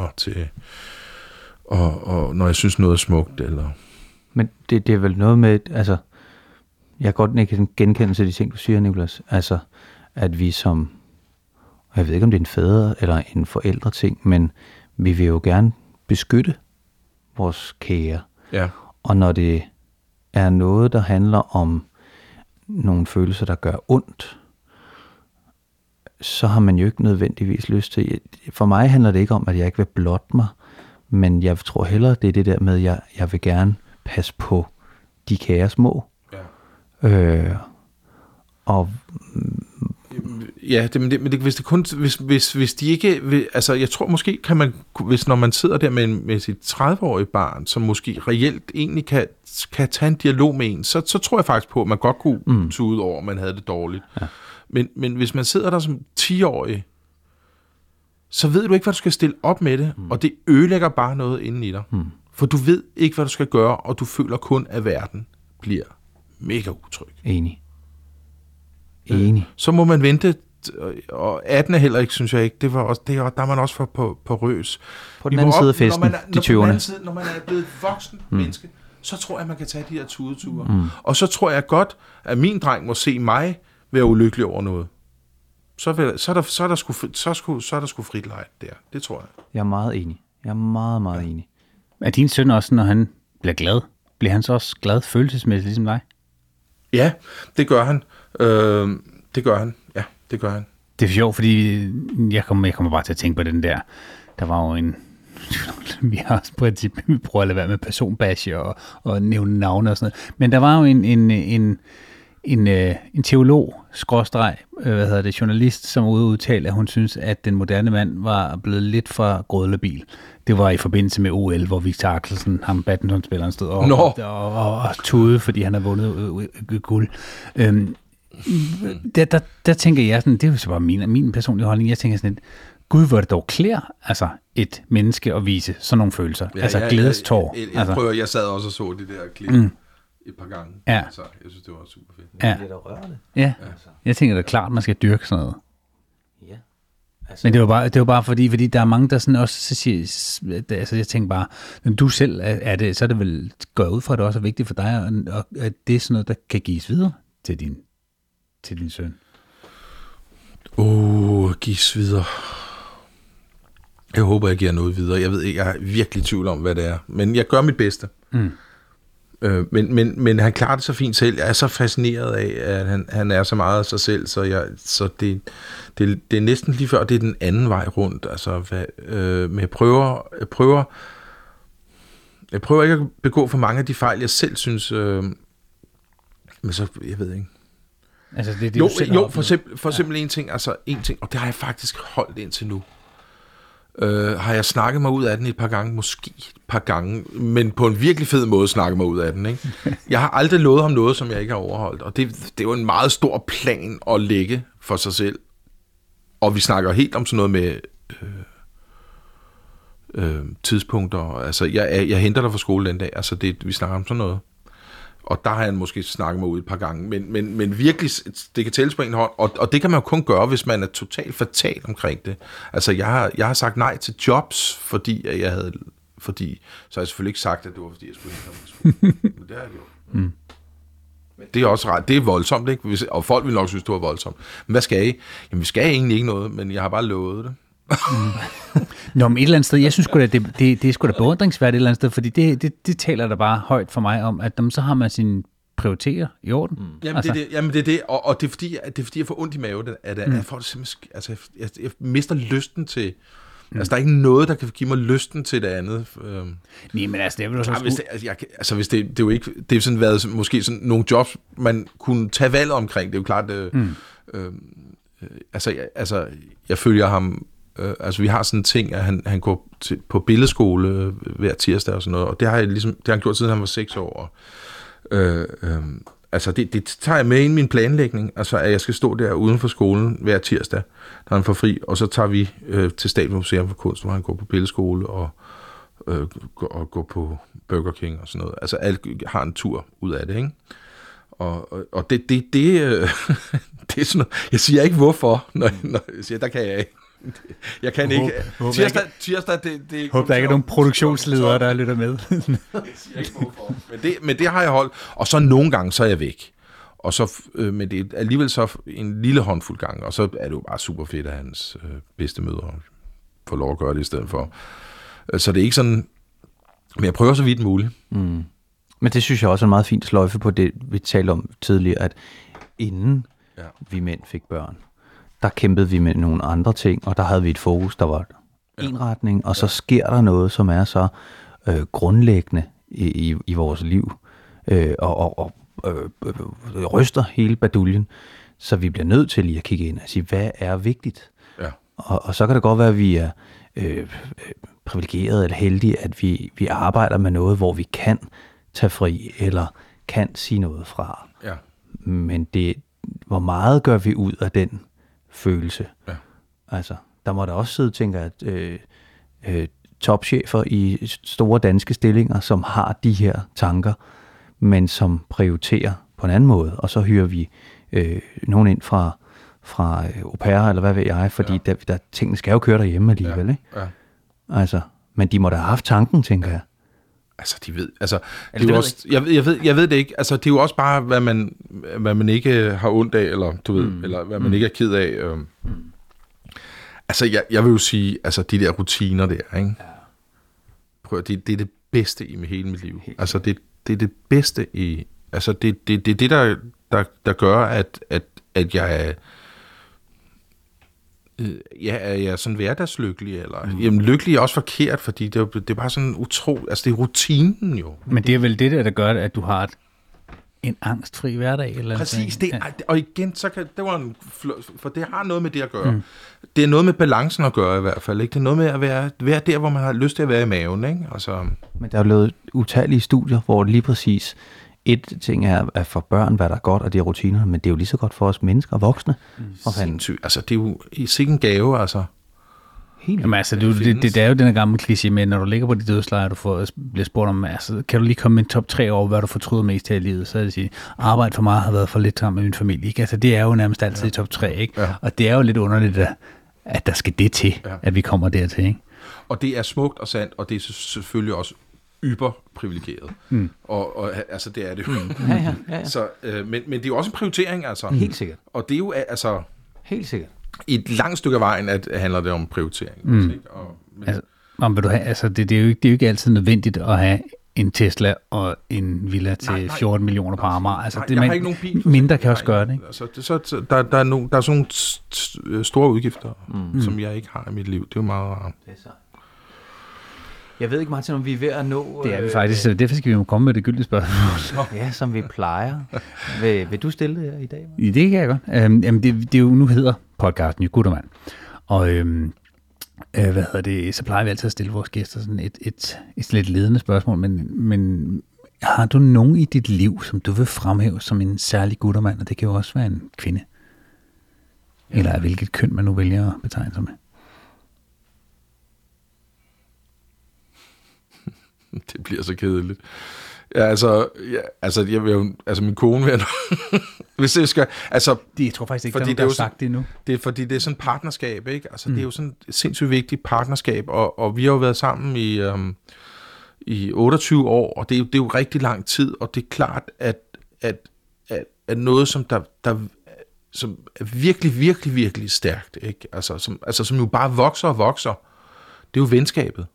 og når jeg synes noget er smukt. Eller... Men det er vel noget med, altså, jeg kan godt ikke genkende til de ting, du siger, Nicolas. Altså, at vi jeg ved ikke, om det er en fader eller en forældre ting, men vi vil jo gerne beskytte vores kære. Ja. Og når det er noget, der handler om nogle følelser, der gør ondt, så har man jo ikke nødvendigvis lyst til. For mig handler det ikke om, at jeg ikke vil blotte mig, men jeg tror hellere, det er det der med, at jeg vil gerne passe på de kære små. Ja. Og ja, hvis de ikke, altså jeg tror måske kan man, hvis når man sidder der med sit 30-årige barn, som måske reelt egentlig kan tage en dialog med en, så tror jeg faktisk på, at man godt kunne tude over, at man havde det dårligt. Ja. Men hvis man sidder der som 10-årig, så ved du ikke, hvad du skal stille op med det, og det ødelægger bare noget inden i dig. For du ved ikke, hvad du skal gøre, og du føler kun, at verden bliver mega utryg. Enig. Så må man vente, og 18 er heller ikke, synes jeg ikke. Der er man også for på røs. På den anden side af festen, de 20'erne. Når man er blevet et voksen menneske, så tror jeg, man kan tage de her tudeture. Og så tror jeg godt, at min dreng må se mig være ulykkelig over noget. Så er der sgu frit leg der. Det tror jeg. Jeg er meget enig. Jeg er meget, meget enig. Er din søn også, når han bliver glad? Bliver han så også glad følelsesmæssigt, ligesom dig? Ja, det gør han. Det gør han. Ja, det gør han. Det er sjovt, fordi jeg kommer bare til at tænke på den der. Der var jo en... Vi har også princip, vi prøver at lade være med personbashe og nævne navne og sådan noget. Men der var jo en teolog, journalist, som udtalte, at hun synes, at den moderne mand var blevet lidt for grødlabil. Det var i forbindelse med OL, hvor Victor Axelsen, ham badmintonspilleren, stod og tude, fordi han havde vundet guld. Der tænker jeg sådan, det er jo så bare min personlige holdning, jeg tænker sådan lidt, gud, hvor det dog klæder, altså et menneske at vise sådan nogle følelser. Ja, altså glædestår. Jeg sad også og så det der klip et par gange. Ja. Så jeg synes, det var super fedt. Ja. Det er da rørende. Ja. Jeg tænker, det er klart, man skal dyrke sådan noget. Ja. Altså, men det var bare fordi der er mange, der sådan også siger, altså jeg tænker bare, når du selv er det, så er det vel går ud fra, at det også er vigtigt for dig, og at det er sådan noget, der kan gives videre til din søn. Gives videre. Jeg håber, jeg giver noget videre. Jeg ved ikke, jeg er virkelig i tvivl om, hvad det er. Men jeg gør mit bedste. Men han klarer det så fint selv. Jeg er så fascineret af, at han er så meget af sig selv, så det er næsten lige før, det er den anden vej rundt. Altså, men jeg prøver ikke at begå for mange af de fejl, jeg selv synes, men så, jeg ved ikke. Altså, det for eksempel en ting, og det har jeg faktisk holdt indtil nu. Har jeg snakket mig ud af den et par gange, men på en virkelig fed måde snakket mig ud af den, ikke? Jeg har aldrig lovet ham noget, som jeg ikke har overholdt, og det er jo en meget stor plan at lægge for sig selv. Og vi snakker helt om sådan noget med tidspunkter. Altså, jeg henter dig fra skole den dag, altså vi snakker om sådan noget. Og der har han måske snakket mig ud et par gange, men virkelig, det kan tælles på en hånd, og det kan man jo kun gøre, hvis man er totalt fatal omkring det. Altså, jeg har sagt nej til jobs, så har jeg selvfølgelig ikke sagt, at det var, fordi jeg skulle hente ham. Men det har jeg gjort. Det er også ret, det er voldsomt, ikke? Og folk vil nok synes, det var voldsomt. Men hvad skal I? Jamen, vi skal egentlig ikke noget, men jeg har bare lovet det. Nå, men et eller andet sted, jeg synes sgu da, det er sgu da beundringsværdigt et eller andet sted, fordi det taler der bare højt for mig om, at så har man sine prioriteter i orden. Jamen, altså. Det er det, og det er fordi, jeg får ondt i maven, at jeg får det simpelthen, altså, jeg mister lysten til, altså der er ikke noget, der kan give mig lysten til det andet. Nej, men altså, det er vel også hvis det er jo ikke, det er sådan været måske sådan nogle jobs, man kunne tage valget omkring, det er jo klart, jeg følger ham. Vi har sådan en ting, at han går på billedskole hver tirsdag og sådan noget, og det har han gjort siden han var 6 år. Det tager jeg med ind i min planlægning, altså at jeg skal stå der uden for skolen hver tirsdag, når han får fri, og så tager vi til Statens Museum for Kunst, hvor han går på billedskole og går på Burger King og sådan noget. Altså alt har en tur ud af det, ikke? Og det det er sådan noget. Jeg siger ikke hvorfor, når jeg siger, der kan jeg ikke. Jeg kan ikke. Tirsdag, det håber der ikke er nogen produktionsledere, der lytter med. Jeg siger ikke hvorfor. Men det har jeg holdt. Og så nogle gange, så er jeg væk. Og så, men det er alligevel så en lille håndfuld gange. Og så er det jo bare super fedt, at hans bedstemødre får lov at gøre det i stedet for. Så det er ikke sådan, men jeg prøver så vidt muligt. Mm. Men det synes jeg også er en meget fint sløjfe på det, vi talte om tidligere, at inden vi mænd fik børn, der kæmpede vi med nogle andre ting, og der havde vi et fokus, der var en retning, og så sker der noget, som er så grundlæggende i vores liv, og ryster hele baduljen, så vi bliver nødt til lige at kigge ind og sige, hvad er vigtigt? Ja. Og så kan det godt være, at vi er privilegerede eller heldige, at vi arbejder med noget, hvor vi kan tage fri, eller kan sige noget fra. Ja. Men hvor meget gør vi ud af den følelse? Ja. Altså, der må der også sidde, tænker jeg, topchefer i store danske stillinger, som har de her tanker, men som prioriterer på en anden måde. Og så hyrer vi nogen ind fra au pair, eller hvad ved jeg, fordi der tingene skal jo køre derhjemme alligevel, ikke? Ja. Altså, men de må da have haft tanken, tænker jeg. Altså, de ved, altså, det er jo også, jeg ved det ikke, altså, det er jo også bare, hvad man ikke har ondt af, eller du ved, eller hvad man ikke er ked af. Altså, jeg vil jo sige, altså, de der rutiner der, ikke? Ja. Prøv, det er det bedste i hele mit liv. Altså, det er det bedste i, altså, det er det, der gør, at jeg er sådan hverdagslykkelig, eller jamen, lykkelig er også forkert, fordi det er bare sådan altså det er rutinen jo. Men det er vel det der gør, at du har en angstfri hverdag? Eller præcis, og igen, så kan, det var for det har noget med det at gøre. Det er noget med balancen at gøre i hvert fald, ikke? Det er noget med at være der, hvor man har lyst til at være i maven, ikke? Altså. Men der er jo lavet utallige studier, hvor lige præcis et ting er at for børn, hvad der er godt, og de er rutiner, men det er jo lige så godt for os mennesker og voksne. Altså, det er jo i sikken gave, altså. Jamen, altså, det er jo den gamle kliché med, når du ligger på de dødsleje, og du bliver spurgt om, altså, kan du lige komme med en top 3 over, hvad du fortryder mest her i livet? Så er det at sige, arbejde for meget har været for lidt sammen med min familie, ikke? Altså, det er jo nærmest altid i top 3, ikke? Ja. Og det er jo lidt underligt, at der skal det til, at vi kommer dertil, ikke? Og det er smukt og sandt, og det er selvfølgelig også yberprivilegeret. Og altså, det er det jo. Ja. Så, men det er jo også en prioritering, altså. Helt sikkert. Og det er jo, altså. Helt sikkert. I et langt stykke af vejen handler det om prioritering. Det er jo ikke altid nødvendigt at have en Tesla og en villa til 14 millioner på Amager. Altså, jeg har ikke nogen bil. Mindre kan også gøre det, ikke? Altså, der er sådan nogle store udgifter, som jeg ikke har i mit liv. Det er jo meget rart. Det er så. Jeg ved ikke, Martin, om vi er ved at nå. Det er vi faktisk. Derfor skal vi jo komme med det gyldne spørgsmål. Ja, som vi plejer. Vil du stille det her i dag? Ja, det kan jeg godt. Jamen, det er jo nu hedder podcasten jo Guttermand. Og så plejer vi altid at stille vores gæster sådan et lidt ledende spørgsmål. Men har du nogen i dit liv, som du vil fremhæve som en særlig guttermand? Og det kan jo også være en kvinde. Eller hvilket køn man nu vælger at betegne sig med. Det bliver så kedeligt. Jeg vil jo, min kone vil hvis det skal, altså. Jeg tror faktisk ikke, der er nogen, der har sagt det endnu. Det er fordi, det er sådan et partnerskab, ikke? Altså, det er jo sådan et sindssygt vigtigt partnerskab, og vi har jo været sammen i 28 år, og det er jo rigtig lang tid, og det er klart, at noget, som som er virkelig, virkelig, virkelig stærkt, ikke? Som jo bare vokser og vokser, det er jo venskabet.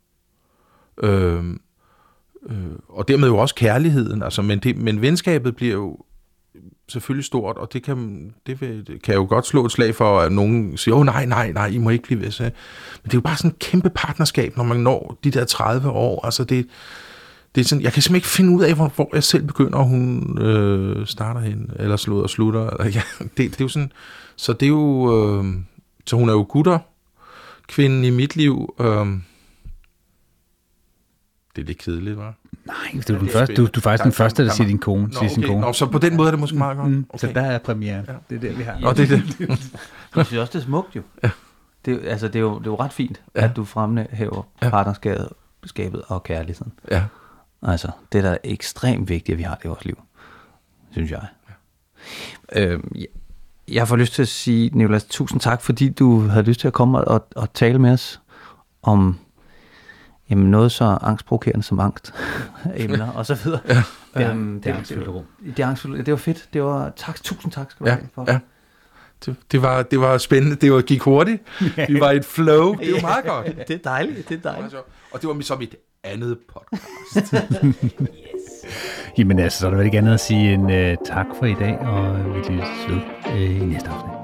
Og dermed jo også kærligheden, altså, men venskabet bliver jo selvfølgelig stort, og det kan jo godt slå et slag for, at nogen siger, nej, I må ikke blive ved. Men det er jo bare sådan et kæmpe partnerskab, når man når de der 30 år. Altså det er sådan, jeg kan simpelthen ikke finde ud af, hvor jeg selv begynder, og hun starter hen, eller slutter. Det er jo sådan, så det er jo, så hun er jo kvinden i mit liv. Det er lidt kedeligt, hva'? Nej, du er faktisk den første, der siger din kone. Nå, så på den måde er det måske meget godt. Okay. Så der er premiere. Ja. Det er det, vi har. Og det er det. Jeg synes også, det er smukt jo. Ja. Det er jo ret fint, at du fremhæver partnerskabet og kærligheden. Ja. Altså, det er da ekstremt vigtigt, at vi har det i vores liv, synes jeg. Ja. Jeg får lyst til at sige, Nicolas, tusind tak, fordi du havde lyst til at komme og tale med os om noget så angstprovokerende som angst, emner og så videre. Ja. Det er angstfyldt rum. Det var fedt. Tusind tak skal du have for. Ja. Det var spændende. Det gik hurtigt. Vi var i et flow. Det er jo meget godt. Det er dejligt. Det er dejligt. Og det var så mit andet podcast. Jamen altså, så er der vel ikke andet at sige end tak for i dag, og vi lyttes ved i næste afsnit.